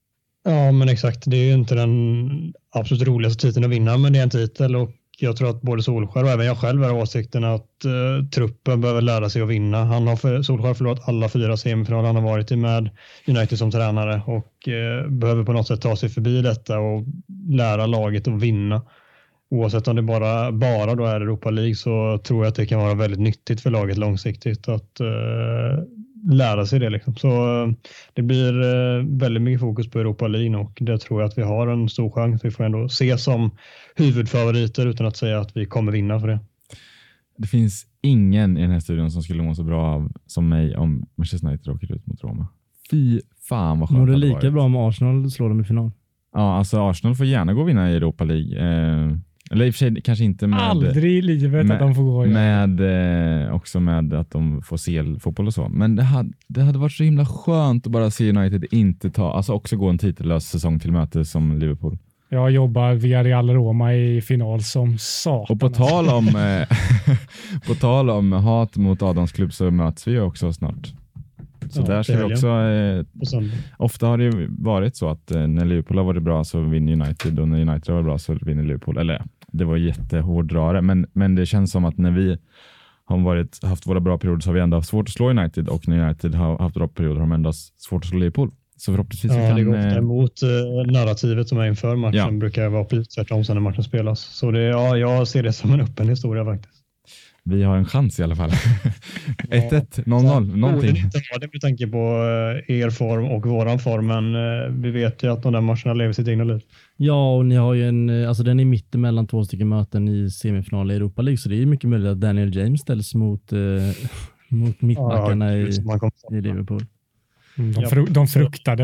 Speaker 6: Ja, men exakt. Det är ju inte den absolut roligaste titeln att vinna, men det är en titel och jag tror att både Solskär och även jag själv har åsikten att uh, truppen behöver lära sig att vinna. Han har för, Solskär förlorat alla fyra semifinaler han har varit i med United som tränare och uh, behöver på något sätt ta sig förbi detta och lära laget att vinna. Oavsett om det bara, bara då är Europa League så tror jag att det kan vara väldigt nyttigt för laget långsiktigt att uh, lära sig det. Liksom. Så uh, det blir uh, väldigt mycket fokus på Europa League och det tror jag att vi har en stor chans. Vi får ändå se som huvudfavoriter utan att säga att vi kommer vinna för det.
Speaker 5: Det finns ingen i den här studion som skulle må så bra av som mig om Manchester United åker ut mot Roma. Fy fan vad skönt.
Speaker 4: Mår det
Speaker 5: hade
Speaker 4: lika
Speaker 5: varit.
Speaker 4: bra om Arsenal slår dem i final?
Speaker 5: Ja, alltså Arsenal får gärna gå och vinna i Europa League. Eh, eller i och för sig kanske inte med...
Speaker 2: Aldrig i livet
Speaker 5: med,
Speaker 2: att de får gå.
Speaker 5: Med, eh, också med att de får se fotboll och så. Men det hade, det hade varit så himla skönt att bara se United inte ta, alltså också gå en titellös säsong till möte som Liverpool.
Speaker 2: Jag jobbar via Real Roma i final som satan.
Speaker 5: Och på tal om eh, på tal om hat mot Adams klubb så möts vi också snart. Så
Speaker 6: Ja,
Speaker 5: där ska vi också eh, ofta har det varit så att eh, när Liverpool har varit bra så vinner United och när United har varit bra så vinner Liverpool. Eller det var jättehårdrare men, men det känns som att när vi har varit, haft våra bra perioder så har vi ändå haft svårt att slå United och när United har haft bra perioder har de ändå svårt att slå Liverpool. Så förhoppningsvis
Speaker 6: ja,
Speaker 5: kan...
Speaker 6: det går ofta
Speaker 5: eh,
Speaker 6: emot eh, narrativet som är inför matchen
Speaker 5: Ja.
Speaker 6: brukar vara precis tvärtom sen när matchen spelas. Så det, ja, jag ser det som en öppen historia faktiskt.
Speaker 5: Vi har en chans i alla fall. ett ett, noll noll, någonting.
Speaker 6: Borde inte ha det med tanke på eh, er form och våran form, men eh, vi vet ju att de där matcherna lever sitt egna liv.
Speaker 4: Ja, och ni har ju en, alltså den är mitt emellan två stycken möten i semifinal i Europa League, så det är ju mycket möjligt att Daniel James ställs mot, eh, mot mittbackarna
Speaker 6: Ja,
Speaker 4: i,
Speaker 6: just, man kommer
Speaker 4: i Liverpool.
Speaker 2: Mm, de, fru- de fruktade.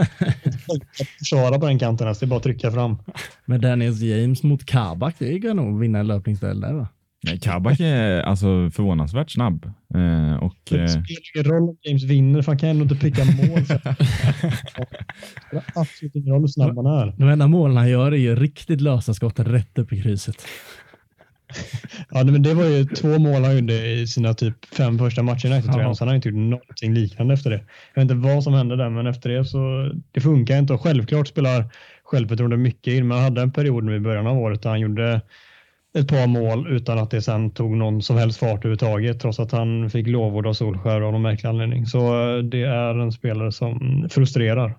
Speaker 6: att försvara på den kanten, alltså, det är bara att trycka fram.
Speaker 4: Men Daniel James mot Kabak, det kan nog vinna en löpningsduell där va?
Speaker 5: Nej, Kabak är alltså förvånansvärt snabb. Eh, och,
Speaker 6: Det
Speaker 5: eh,
Speaker 6: spelar ingen roll om James vinner, för han kan ändå inte pricka mål. Så. Det har absolut ingen roll hur snabb han är.
Speaker 4: De enda målen han gör är ju riktigt lösa skott rätt upp i krysset.
Speaker 6: Ja, men det var ju två mål han gjorde i sina typ fem första matcher i United, tror jag. Så han har inte gjort någonting liknande efter det. Jag vet inte vad som hände där, men efter det så det funkar inte. Och självklart spelar självförtroende mycket in. Men han hade en period nu i början av året där han gjorde ett par mål utan att det sen tog någon som helst fart överhuvudtaget, trots att han fick lovord av Solskär av någon märklig anledning. Så det är en spelare som frustrerar.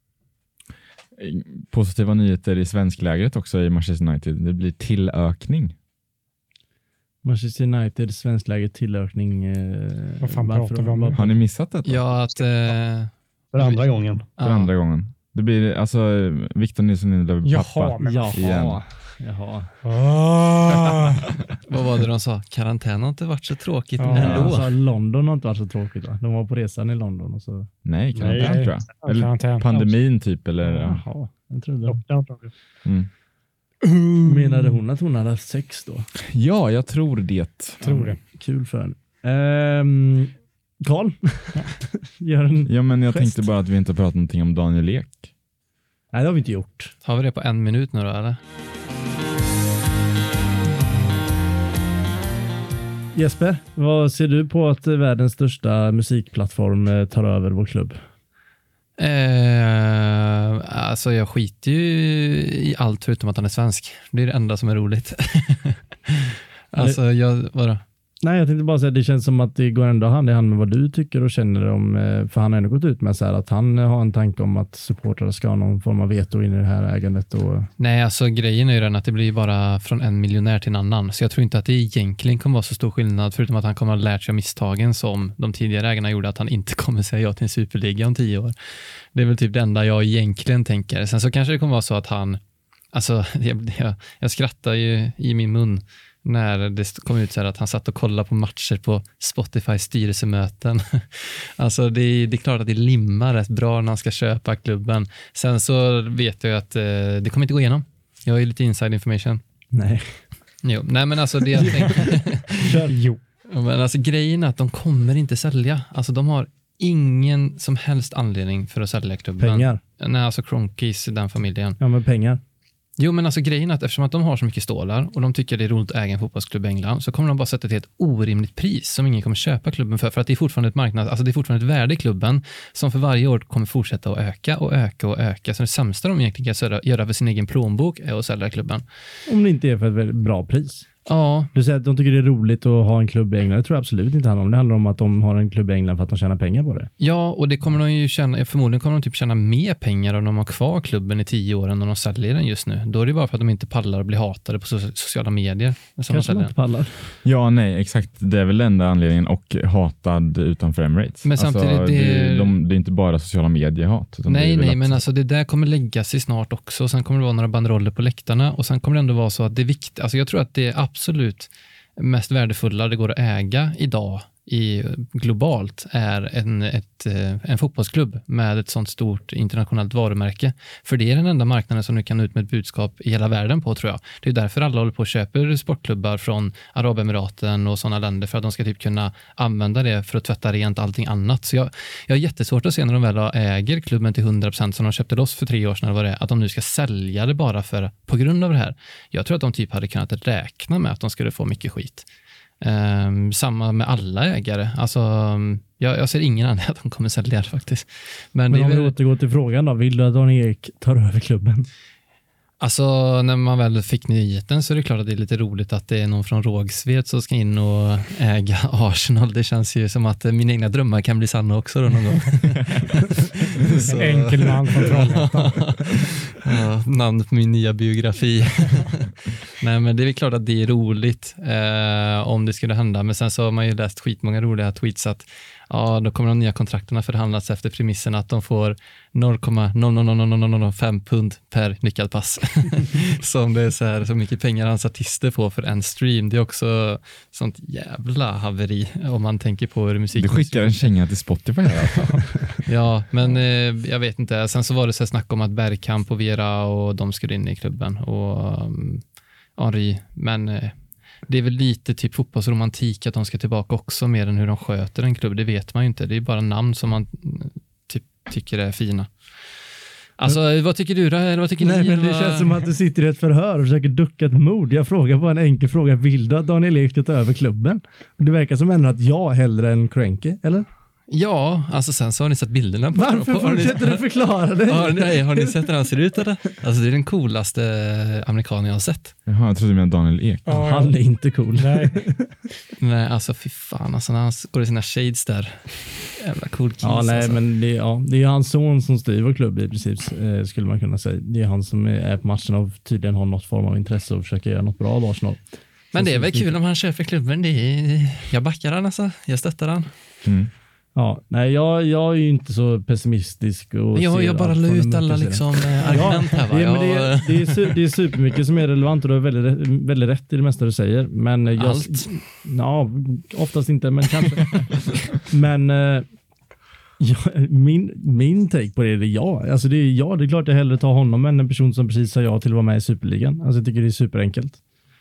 Speaker 5: positiva nyheter i svensklägret också i Manchester United. Det blir tillökning.
Speaker 4: Manchester United, svenskläge tillökning. Eh,
Speaker 2: Vad fan
Speaker 4: varför-
Speaker 2: pratar vi om?
Speaker 4: varför-
Speaker 5: Har ni missat detta?
Speaker 3: Ja, att... Eh,
Speaker 6: För andra gången.
Speaker 5: För
Speaker 3: ja.
Speaker 5: andra gången. Det blir alltså Victor Nilsson Lindelöf
Speaker 2: Jaha,
Speaker 5: pappa.
Speaker 2: men
Speaker 4: Jaha.
Speaker 5: Igen.
Speaker 4: Jaha.
Speaker 2: Ah.
Speaker 3: Vad var det de sa? Karantän har inte varit så tråkigt
Speaker 2: Ja.
Speaker 3: ändå.
Speaker 4: Alltså, London har inte varit så tråkigt va? De var på resan i London och så.
Speaker 5: Nej, karantän
Speaker 6: Nej.
Speaker 5: tror jag. Eller
Speaker 2: Karantän.
Speaker 5: pandemin typ. Eller, ja.
Speaker 4: Jaha, jag trodde.
Speaker 6: Lockdown, tror jag.
Speaker 5: Mm.
Speaker 4: Menade hon att hon hade haft sex då?
Speaker 5: ja, jag tror det.
Speaker 2: Tror det.
Speaker 4: Kul för henne. Ehm, Carl? Gör en...
Speaker 5: Ja, men jag
Speaker 4: Gest.
Speaker 5: tänkte bara att vi inte pratat någonting om Daniel Ek.
Speaker 4: Nej, det har vi inte gjort.
Speaker 3: Har vi det på en minut nu då, eller?
Speaker 4: Jesper, vad ser du på att världens största musikplattform eh, tar över vår klubb?
Speaker 3: Eh, alltså jag skiter ju i allt förutom att han är svensk. Det är det enda som är roligt. alltså jag, vadå?
Speaker 4: Nej, jag tänkte bara säga att det känns som att det går ändå hand i hand med vad du tycker och känner om, eh, för han har ändå gått ut med så här att han har en tanke om att supportrar ska ha någon form av veto in i det här ägandet. Och...
Speaker 3: Nej, alltså grejen är ju den att det blir bara från en miljonär till en annan. Så jag tror inte att det egentligen kommer vara så stor skillnad, förutom att han kommer att ha lärt sig av misstagen som de tidigare ägarna gjorde, att han inte kommer säga ja till en superliga om tio år. Det är väl typ det enda jag egentligen tänker. Sen så kanske det kommer vara så att han, alltså jag, jag, jag skrattar ju i min mun när det kom ut så här att han satt och kollade på matcher på Spotify styrelsemöten. Alltså det är, det är klart att det limmar rätt bra när han ska köpa klubben. Sen så vet jag att eh, det kommer inte gå igenom. Jag har ju lite inside information.
Speaker 4: Nej.
Speaker 3: Jo, nej men alltså det jag tänker.
Speaker 2: Jo.
Speaker 3: Men alltså grejen är att de kommer inte sälja. Alltså de har ingen som helst anledning för att sälja klubben.
Speaker 4: Pengar.
Speaker 3: Nej, alltså Kroenkes, den familjen.
Speaker 4: Ja, men pengar.
Speaker 3: Jo, men alltså grejen är att eftersom att de har så mycket stålar och de tycker det är roligt att äga en fotbollsklubb i England, så kommer de bara sätta ett helt orimligt pris som ingen kommer köpa klubben för, för att det är fortfarande ett marknad, alltså det är fortfarande ett värde i klubben som för varje år kommer fortsätta att öka och öka och öka. Så det sämsta de egentligen kan göra för sin egen plånbok är att sälja klubben.
Speaker 4: Om det inte är för ett väldigt bra pris.
Speaker 3: Ja.
Speaker 4: Du säger att de tycker det är roligt att ha en klubb i England. Det tror jag absolut inte handlar om. Det handlar om att de har en klubb i England för att de tjänar pengar på det.
Speaker 3: Ja, och det kommer de ju tjäna, förmodligen kommer de typ tjäna mer pengar om de har kvar klubben i tio år än när de säljer den just nu. Då är det bara för att de inte pallar att bli hatade på sociala medier.
Speaker 4: Kanske de inte pallar.
Speaker 5: Ja, nej, exakt. Det är väl enda anledningen, och hatad utanför Emirates.
Speaker 3: Men samtidigt,
Speaker 5: alltså,
Speaker 3: det...
Speaker 5: Det, de, det är inte bara sociala mediehat.
Speaker 3: Nej, nej, men alltså det där kommer lägga sig snart också. Sen kommer det vara några banderoller på läktarna och sen kommer det ändå vara så att det är viktigt. Alltså jag tror att det är absolut mest värdefulla det går att äga idag i globalt är en, ett, en fotbollsklubb med ett sånt stort internationellt varumärke. För det är den enda marknaden som nu kan ut med ett budskap i hela världen på, tror jag. Det är därför alla håller på och köper sportklubbar från Arabemiraten och sådana länder, för att de ska typ kunna använda det för att tvätta rent allting annat. Så jag, jag har jättesvårt att se när de väl äger klubben till hundra procent som de köpte loss för tre år sedan, vad det är, att de nu ska sälja det bara för på grund av det här. Jag tror att de typ hade kunnat räkna med att de skulle få mycket skit. Um, samma med alla ägare. Alltså, um, jag, jag ser ingen annan att de kommer sälja det faktiskt. Men,
Speaker 4: Men
Speaker 3: det
Speaker 4: om
Speaker 3: är
Speaker 4: vi
Speaker 3: väl...
Speaker 4: återgår till frågan då, vill du att Daniel Ek tar över klubben?
Speaker 3: Alltså, när man väl fick nyheten så är det klart att det är lite roligt att det är någon från Rågsved som ska in och äga Arsenal. Det känns ju som att mina egna drömmar kan bli sanna också då någon gång.
Speaker 2: Så... Enkel man från Trollhättan.
Speaker 3: Ja, namn på min nya biografi. Nej, men det är klart att det är roligt eh, om det skulle hända. Men sen så har man ju läst skitmånga roliga tweets att ja, då kommer de nya kontrakterna förhandlas efter premissen att de får noll komma noll noll noll noll noll fem pund per nickad pass. Som det är så här, så mycket pengar hans artister får för en stream. Det är också sånt jävla haveri om man tänker på hur musik.
Speaker 5: Du skickar en känga till Spotify här alltså.
Speaker 3: Ja, men eh, jag vet inte. Sen så var det så här snack om att Bergkamp och Vera och de skulle in i klubben och um, Henri, men eh, det är väl lite typ fotbollsromantik att de ska tillbaka också, mer än hur de sköter en klubb. Det vet man ju inte. Det är bara namn som man typ tycker är fina. Alltså, men, vad tycker du då? Eller vad tycker
Speaker 4: nej,
Speaker 3: ni?
Speaker 4: Men det
Speaker 3: vad...
Speaker 4: känns som att du sitter i ett förhör och försöker ducka ett mord. Jag frågar bara en enkel fråga. Vill du att Daniel Ek ska ta över klubben? Det verkar som ändå att jag hellre än Kroenke, eller?
Speaker 3: Ja, alltså sen så har ni sett bilderna på.
Speaker 4: Varför
Speaker 3: på,
Speaker 4: fortsätter du förklara det?
Speaker 3: Har, nej, har ni sett hur han ser ut eller? Alltså det är den coolaste amerikanen jag har sett.
Speaker 5: Jaha, jag trodde du menade Daniel Ek.
Speaker 4: Ja, han är inte cool.
Speaker 2: Nej.
Speaker 3: Nej, alltså fy fan. Alltså när han går i sina shades där. Jävla cool kiss.
Speaker 4: Ja, nej,
Speaker 3: alltså.
Speaker 4: men det, ja, det är hans son som styr vår klubb i princip, eh, skulle man kunna säga. Det är han som är på matchen och tydligen har något form av intresse och försöker göra något bra av Arsenal.
Speaker 3: Men det är väl
Speaker 4: inte...
Speaker 3: kul om han köper klubben. Det är, jag backar han alltså. Jag stöttar han.
Speaker 5: Mm.
Speaker 4: Ja, nej, jag, jag är ju inte så pessimistisk. Och
Speaker 3: jag jag bara la ut alla liksom, äh, argument här. Va?
Speaker 4: Ja, det, men det, är, det, är, det är supermycket som är relevant och du har väldigt, väldigt rätt i det mesta du säger. Men jag,
Speaker 3: allt?
Speaker 4: Ja, oftast inte, men kanske. men eh, ja, min, min take på det är ja. Alltså det är ja, det är klart jag hellre tar honom än en person som precis sa ja till att vara med i Superligan. Alltså jag tycker det är superenkelt.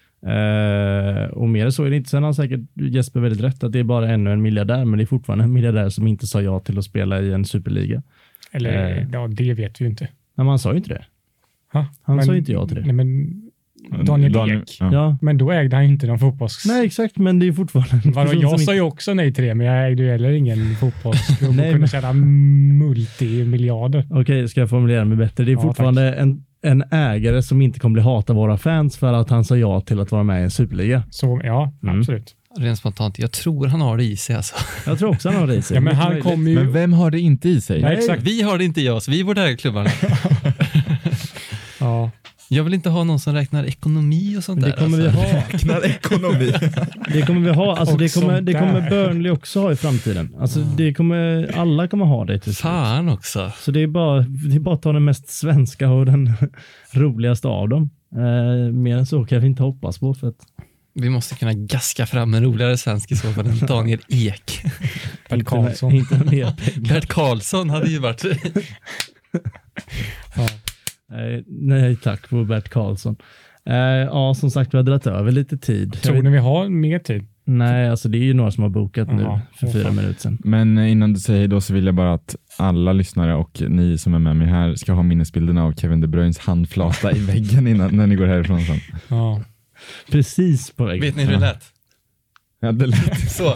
Speaker 4: Uh, och mer så är det inte. Sen har säkert Jesper väldigt rätt att det är bara ännu en miljardär, men det är fortfarande en miljardär som inte sa ja till att spela i en superliga.
Speaker 2: Eller
Speaker 4: uh,
Speaker 2: ja, det vet vi ju inte.
Speaker 4: Nej, han sa ju inte det.
Speaker 2: Ha?
Speaker 4: Han
Speaker 2: men,
Speaker 4: sa inte ja till det.
Speaker 2: Nej, men Daniel Ek.
Speaker 5: Ja.
Speaker 4: Ja.
Speaker 2: Men då ägde han inte någon fotbolls...
Speaker 4: Nej, exakt, men det är fortfarande en
Speaker 2: Vadå,
Speaker 4: person
Speaker 2: jag
Speaker 4: som
Speaker 2: sa
Speaker 4: inte...
Speaker 2: ju också nej till det, men jag ägde ju heller ingen fotbollsklubb och kunde
Speaker 4: men...
Speaker 2: tjäna multimiljarder.
Speaker 4: Okej, okay, ska jag formulera mig bättre. Det är
Speaker 2: ja,
Speaker 4: fortfarande en, en ägare som inte kommer bli hatad av våra fans för att han sa ja till att vara med i en superliga.
Speaker 2: Så ja,
Speaker 4: Mm.
Speaker 2: absolut.
Speaker 3: Rent spontant, jag tror han har det i sig alltså.
Speaker 4: Jag tror också han har det i sig.
Speaker 2: Ja, men han kommer ju...
Speaker 5: Men vem har det inte i sig?
Speaker 2: Nej, exakt.
Speaker 3: Vi har det inte i oss, vi borde äga klubbarna.
Speaker 2: Ja.
Speaker 3: Jag vill inte ha någon som räknar ekonomi och sånt
Speaker 4: Men det
Speaker 3: där.
Speaker 4: kommer
Speaker 3: alltså.
Speaker 4: vi ha.
Speaker 5: Räknar ekonomi.
Speaker 4: Det kommer vi ha. Alltså det
Speaker 2: Och
Speaker 4: kommer, det
Speaker 2: sånt
Speaker 4: kommer
Speaker 2: där.
Speaker 4: Burnley också ha i framtiden. Alltså det kommer, alla kommer ha det till slut.
Speaker 3: Fan också.
Speaker 4: Så det är bara, det är bara att ta den mest svenska och den roligaste av dem. Eh, mer än så kan vi inte hoppas på. För att
Speaker 3: Vi måste kunna gaska fram en roligare svensk i så fall än Daniel Ek.
Speaker 2: Bert Karlsson.
Speaker 4: Inte, inte mer pengar.
Speaker 3: Bert Karlsson hade ju varit...
Speaker 2: Ja.
Speaker 4: Nej, nej, tack på Bert Karlsson. Eh, ja, som sagt, vi har dragit över lite tid.
Speaker 2: Tror ni vi har mer tid?
Speaker 4: Nej, alltså det är ju några som har bokat nu
Speaker 2: Jaha,
Speaker 4: för
Speaker 2: åh,
Speaker 4: fyra
Speaker 2: fan.
Speaker 4: minuter sedan.
Speaker 5: Men innan du säger då så vill jag bara att alla lyssnare och ni som är med mig här ska ha minnesbilderna av Kevin De Bruynes handflata i väggen innan när ni går härifrån sen.
Speaker 2: Ja.
Speaker 4: Precis på väg.
Speaker 3: Vet ni hur det lät?
Speaker 5: Ja, det lät
Speaker 3: Så.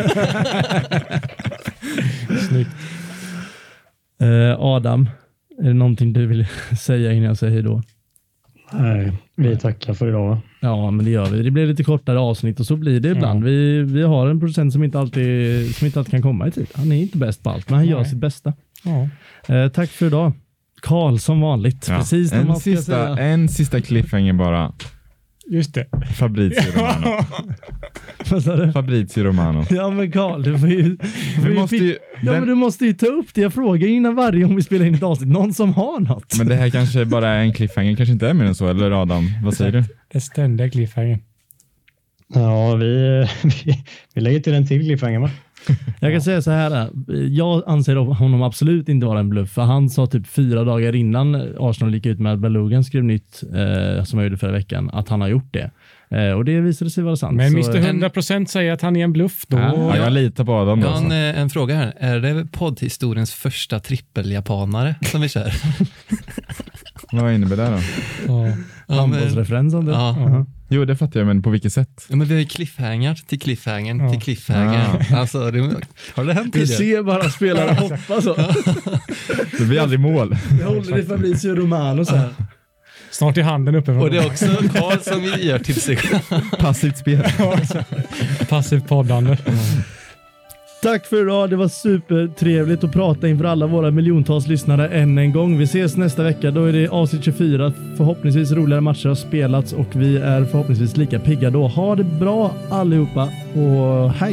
Speaker 2: Snyggt.
Speaker 4: Eh, Adam, är det någonting du vill säga innan jag säger hej då?
Speaker 6: Nej, vi tackar för idag.
Speaker 4: Ja, men det gör vi. Det blir lite kortare avsnitt och så blir det ibland.
Speaker 2: Ja.
Speaker 4: Vi, vi har en producent som inte, alltid, som inte alltid kan komma i tid. Han är inte bäst på allt, men han gör
Speaker 2: Nej.
Speaker 4: sitt bästa.
Speaker 2: Ja.
Speaker 4: Eh, tack för idag. Karl som vanligt.
Speaker 5: Ja.
Speaker 4: Precis när
Speaker 5: en,
Speaker 4: man ska
Speaker 5: sista,
Speaker 4: säga.
Speaker 5: en sista cliffhanger bara.
Speaker 2: Just det.
Speaker 5: Fabrizio Romano.
Speaker 4: Vad sa du?
Speaker 5: Fabrizio Romano.
Speaker 4: Ja, men Karl, du får ju... Du, får
Speaker 5: Vi
Speaker 4: ju
Speaker 5: måste
Speaker 4: fi-
Speaker 5: ju,
Speaker 4: ja, men
Speaker 5: den,
Speaker 4: du måste ju ta upp det. Jag frågar innan varje gång vi spelar in ett avsnitt. Någon som har något.
Speaker 5: men det här kanske bara är en cliffhanger, kanske inte är mer än så, eller Adam? Vad säger du?
Speaker 2: Det ständiga cliffhanger.
Speaker 6: Ja, vi, vi, vi lägger till en till cliffhanger, va?
Speaker 4: Jag kan säga så här. Jag anser honom absolut inte vara en bluff. För han sa typ fyra dagar innan Arsenal gick ut med att Balogun skrev nytt, eh, som jag gjorde förra veckan, att han har gjort det. Eh, och det visade sig vara sant.
Speaker 2: Men
Speaker 4: Så,
Speaker 2: mister hundra procent säger att han är en bluff då.
Speaker 5: Ja, jag litar på Adam då.
Speaker 3: Jag har en,
Speaker 5: så.
Speaker 3: eh, en fråga här. Är det poddhistoriens första trippeljapanare som vi kör?
Speaker 5: Vad innebär det då?
Speaker 2: Ja.
Speaker 3: Ja, men,
Speaker 4: handbollsreferens om det.
Speaker 3: ja.
Speaker 4: Ja.
Speaker 5: Jo, det fattar jag, men på vilket sätt?
Speaker 3: Ja, men vi har ju cliffhanger till cliffhanger
Speaker 2: Ja.
Speaker 3: till cliffhanger. Alltså, det, har det hänt
Speaker 4: Du
Speaker 3: tidigare?
Speaker 4: ser bara spelare hoppa så.
Speaker 5: Det blir aldrig mål.
Speaker 4: Jag håller i Fabrizio Romano så här.
Speaker 2: Snart är handen uppe.
Speaker 3: Och det är också Karl som gör till sig.
Speaker 5: Passivt spel.
Speaker 2: Passivt poddande.
Speaker 4: Tack för idag. Det var supertrevligt att prata inför alla våra miljontals lyssnare än en gång. Vi ses nästa vecka. Då är det avsnitt tjugofyra. Förhoppningsvis roligare matcher har spelats och vi är förhoppningsvis lika pigga då. Ha det bra allihopa och hej!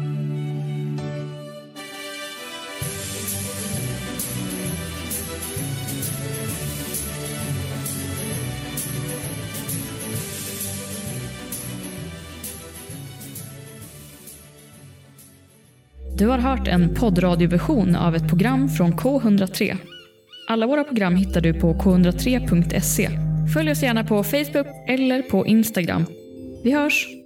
Speaker 1: Du har hört en poddradioversion av ett program från K one hundra tre. Alla våra program hittar du på k one hundra tre punkt se. Följ oss gärna på Facebook eller på Instagram. Vi hörs!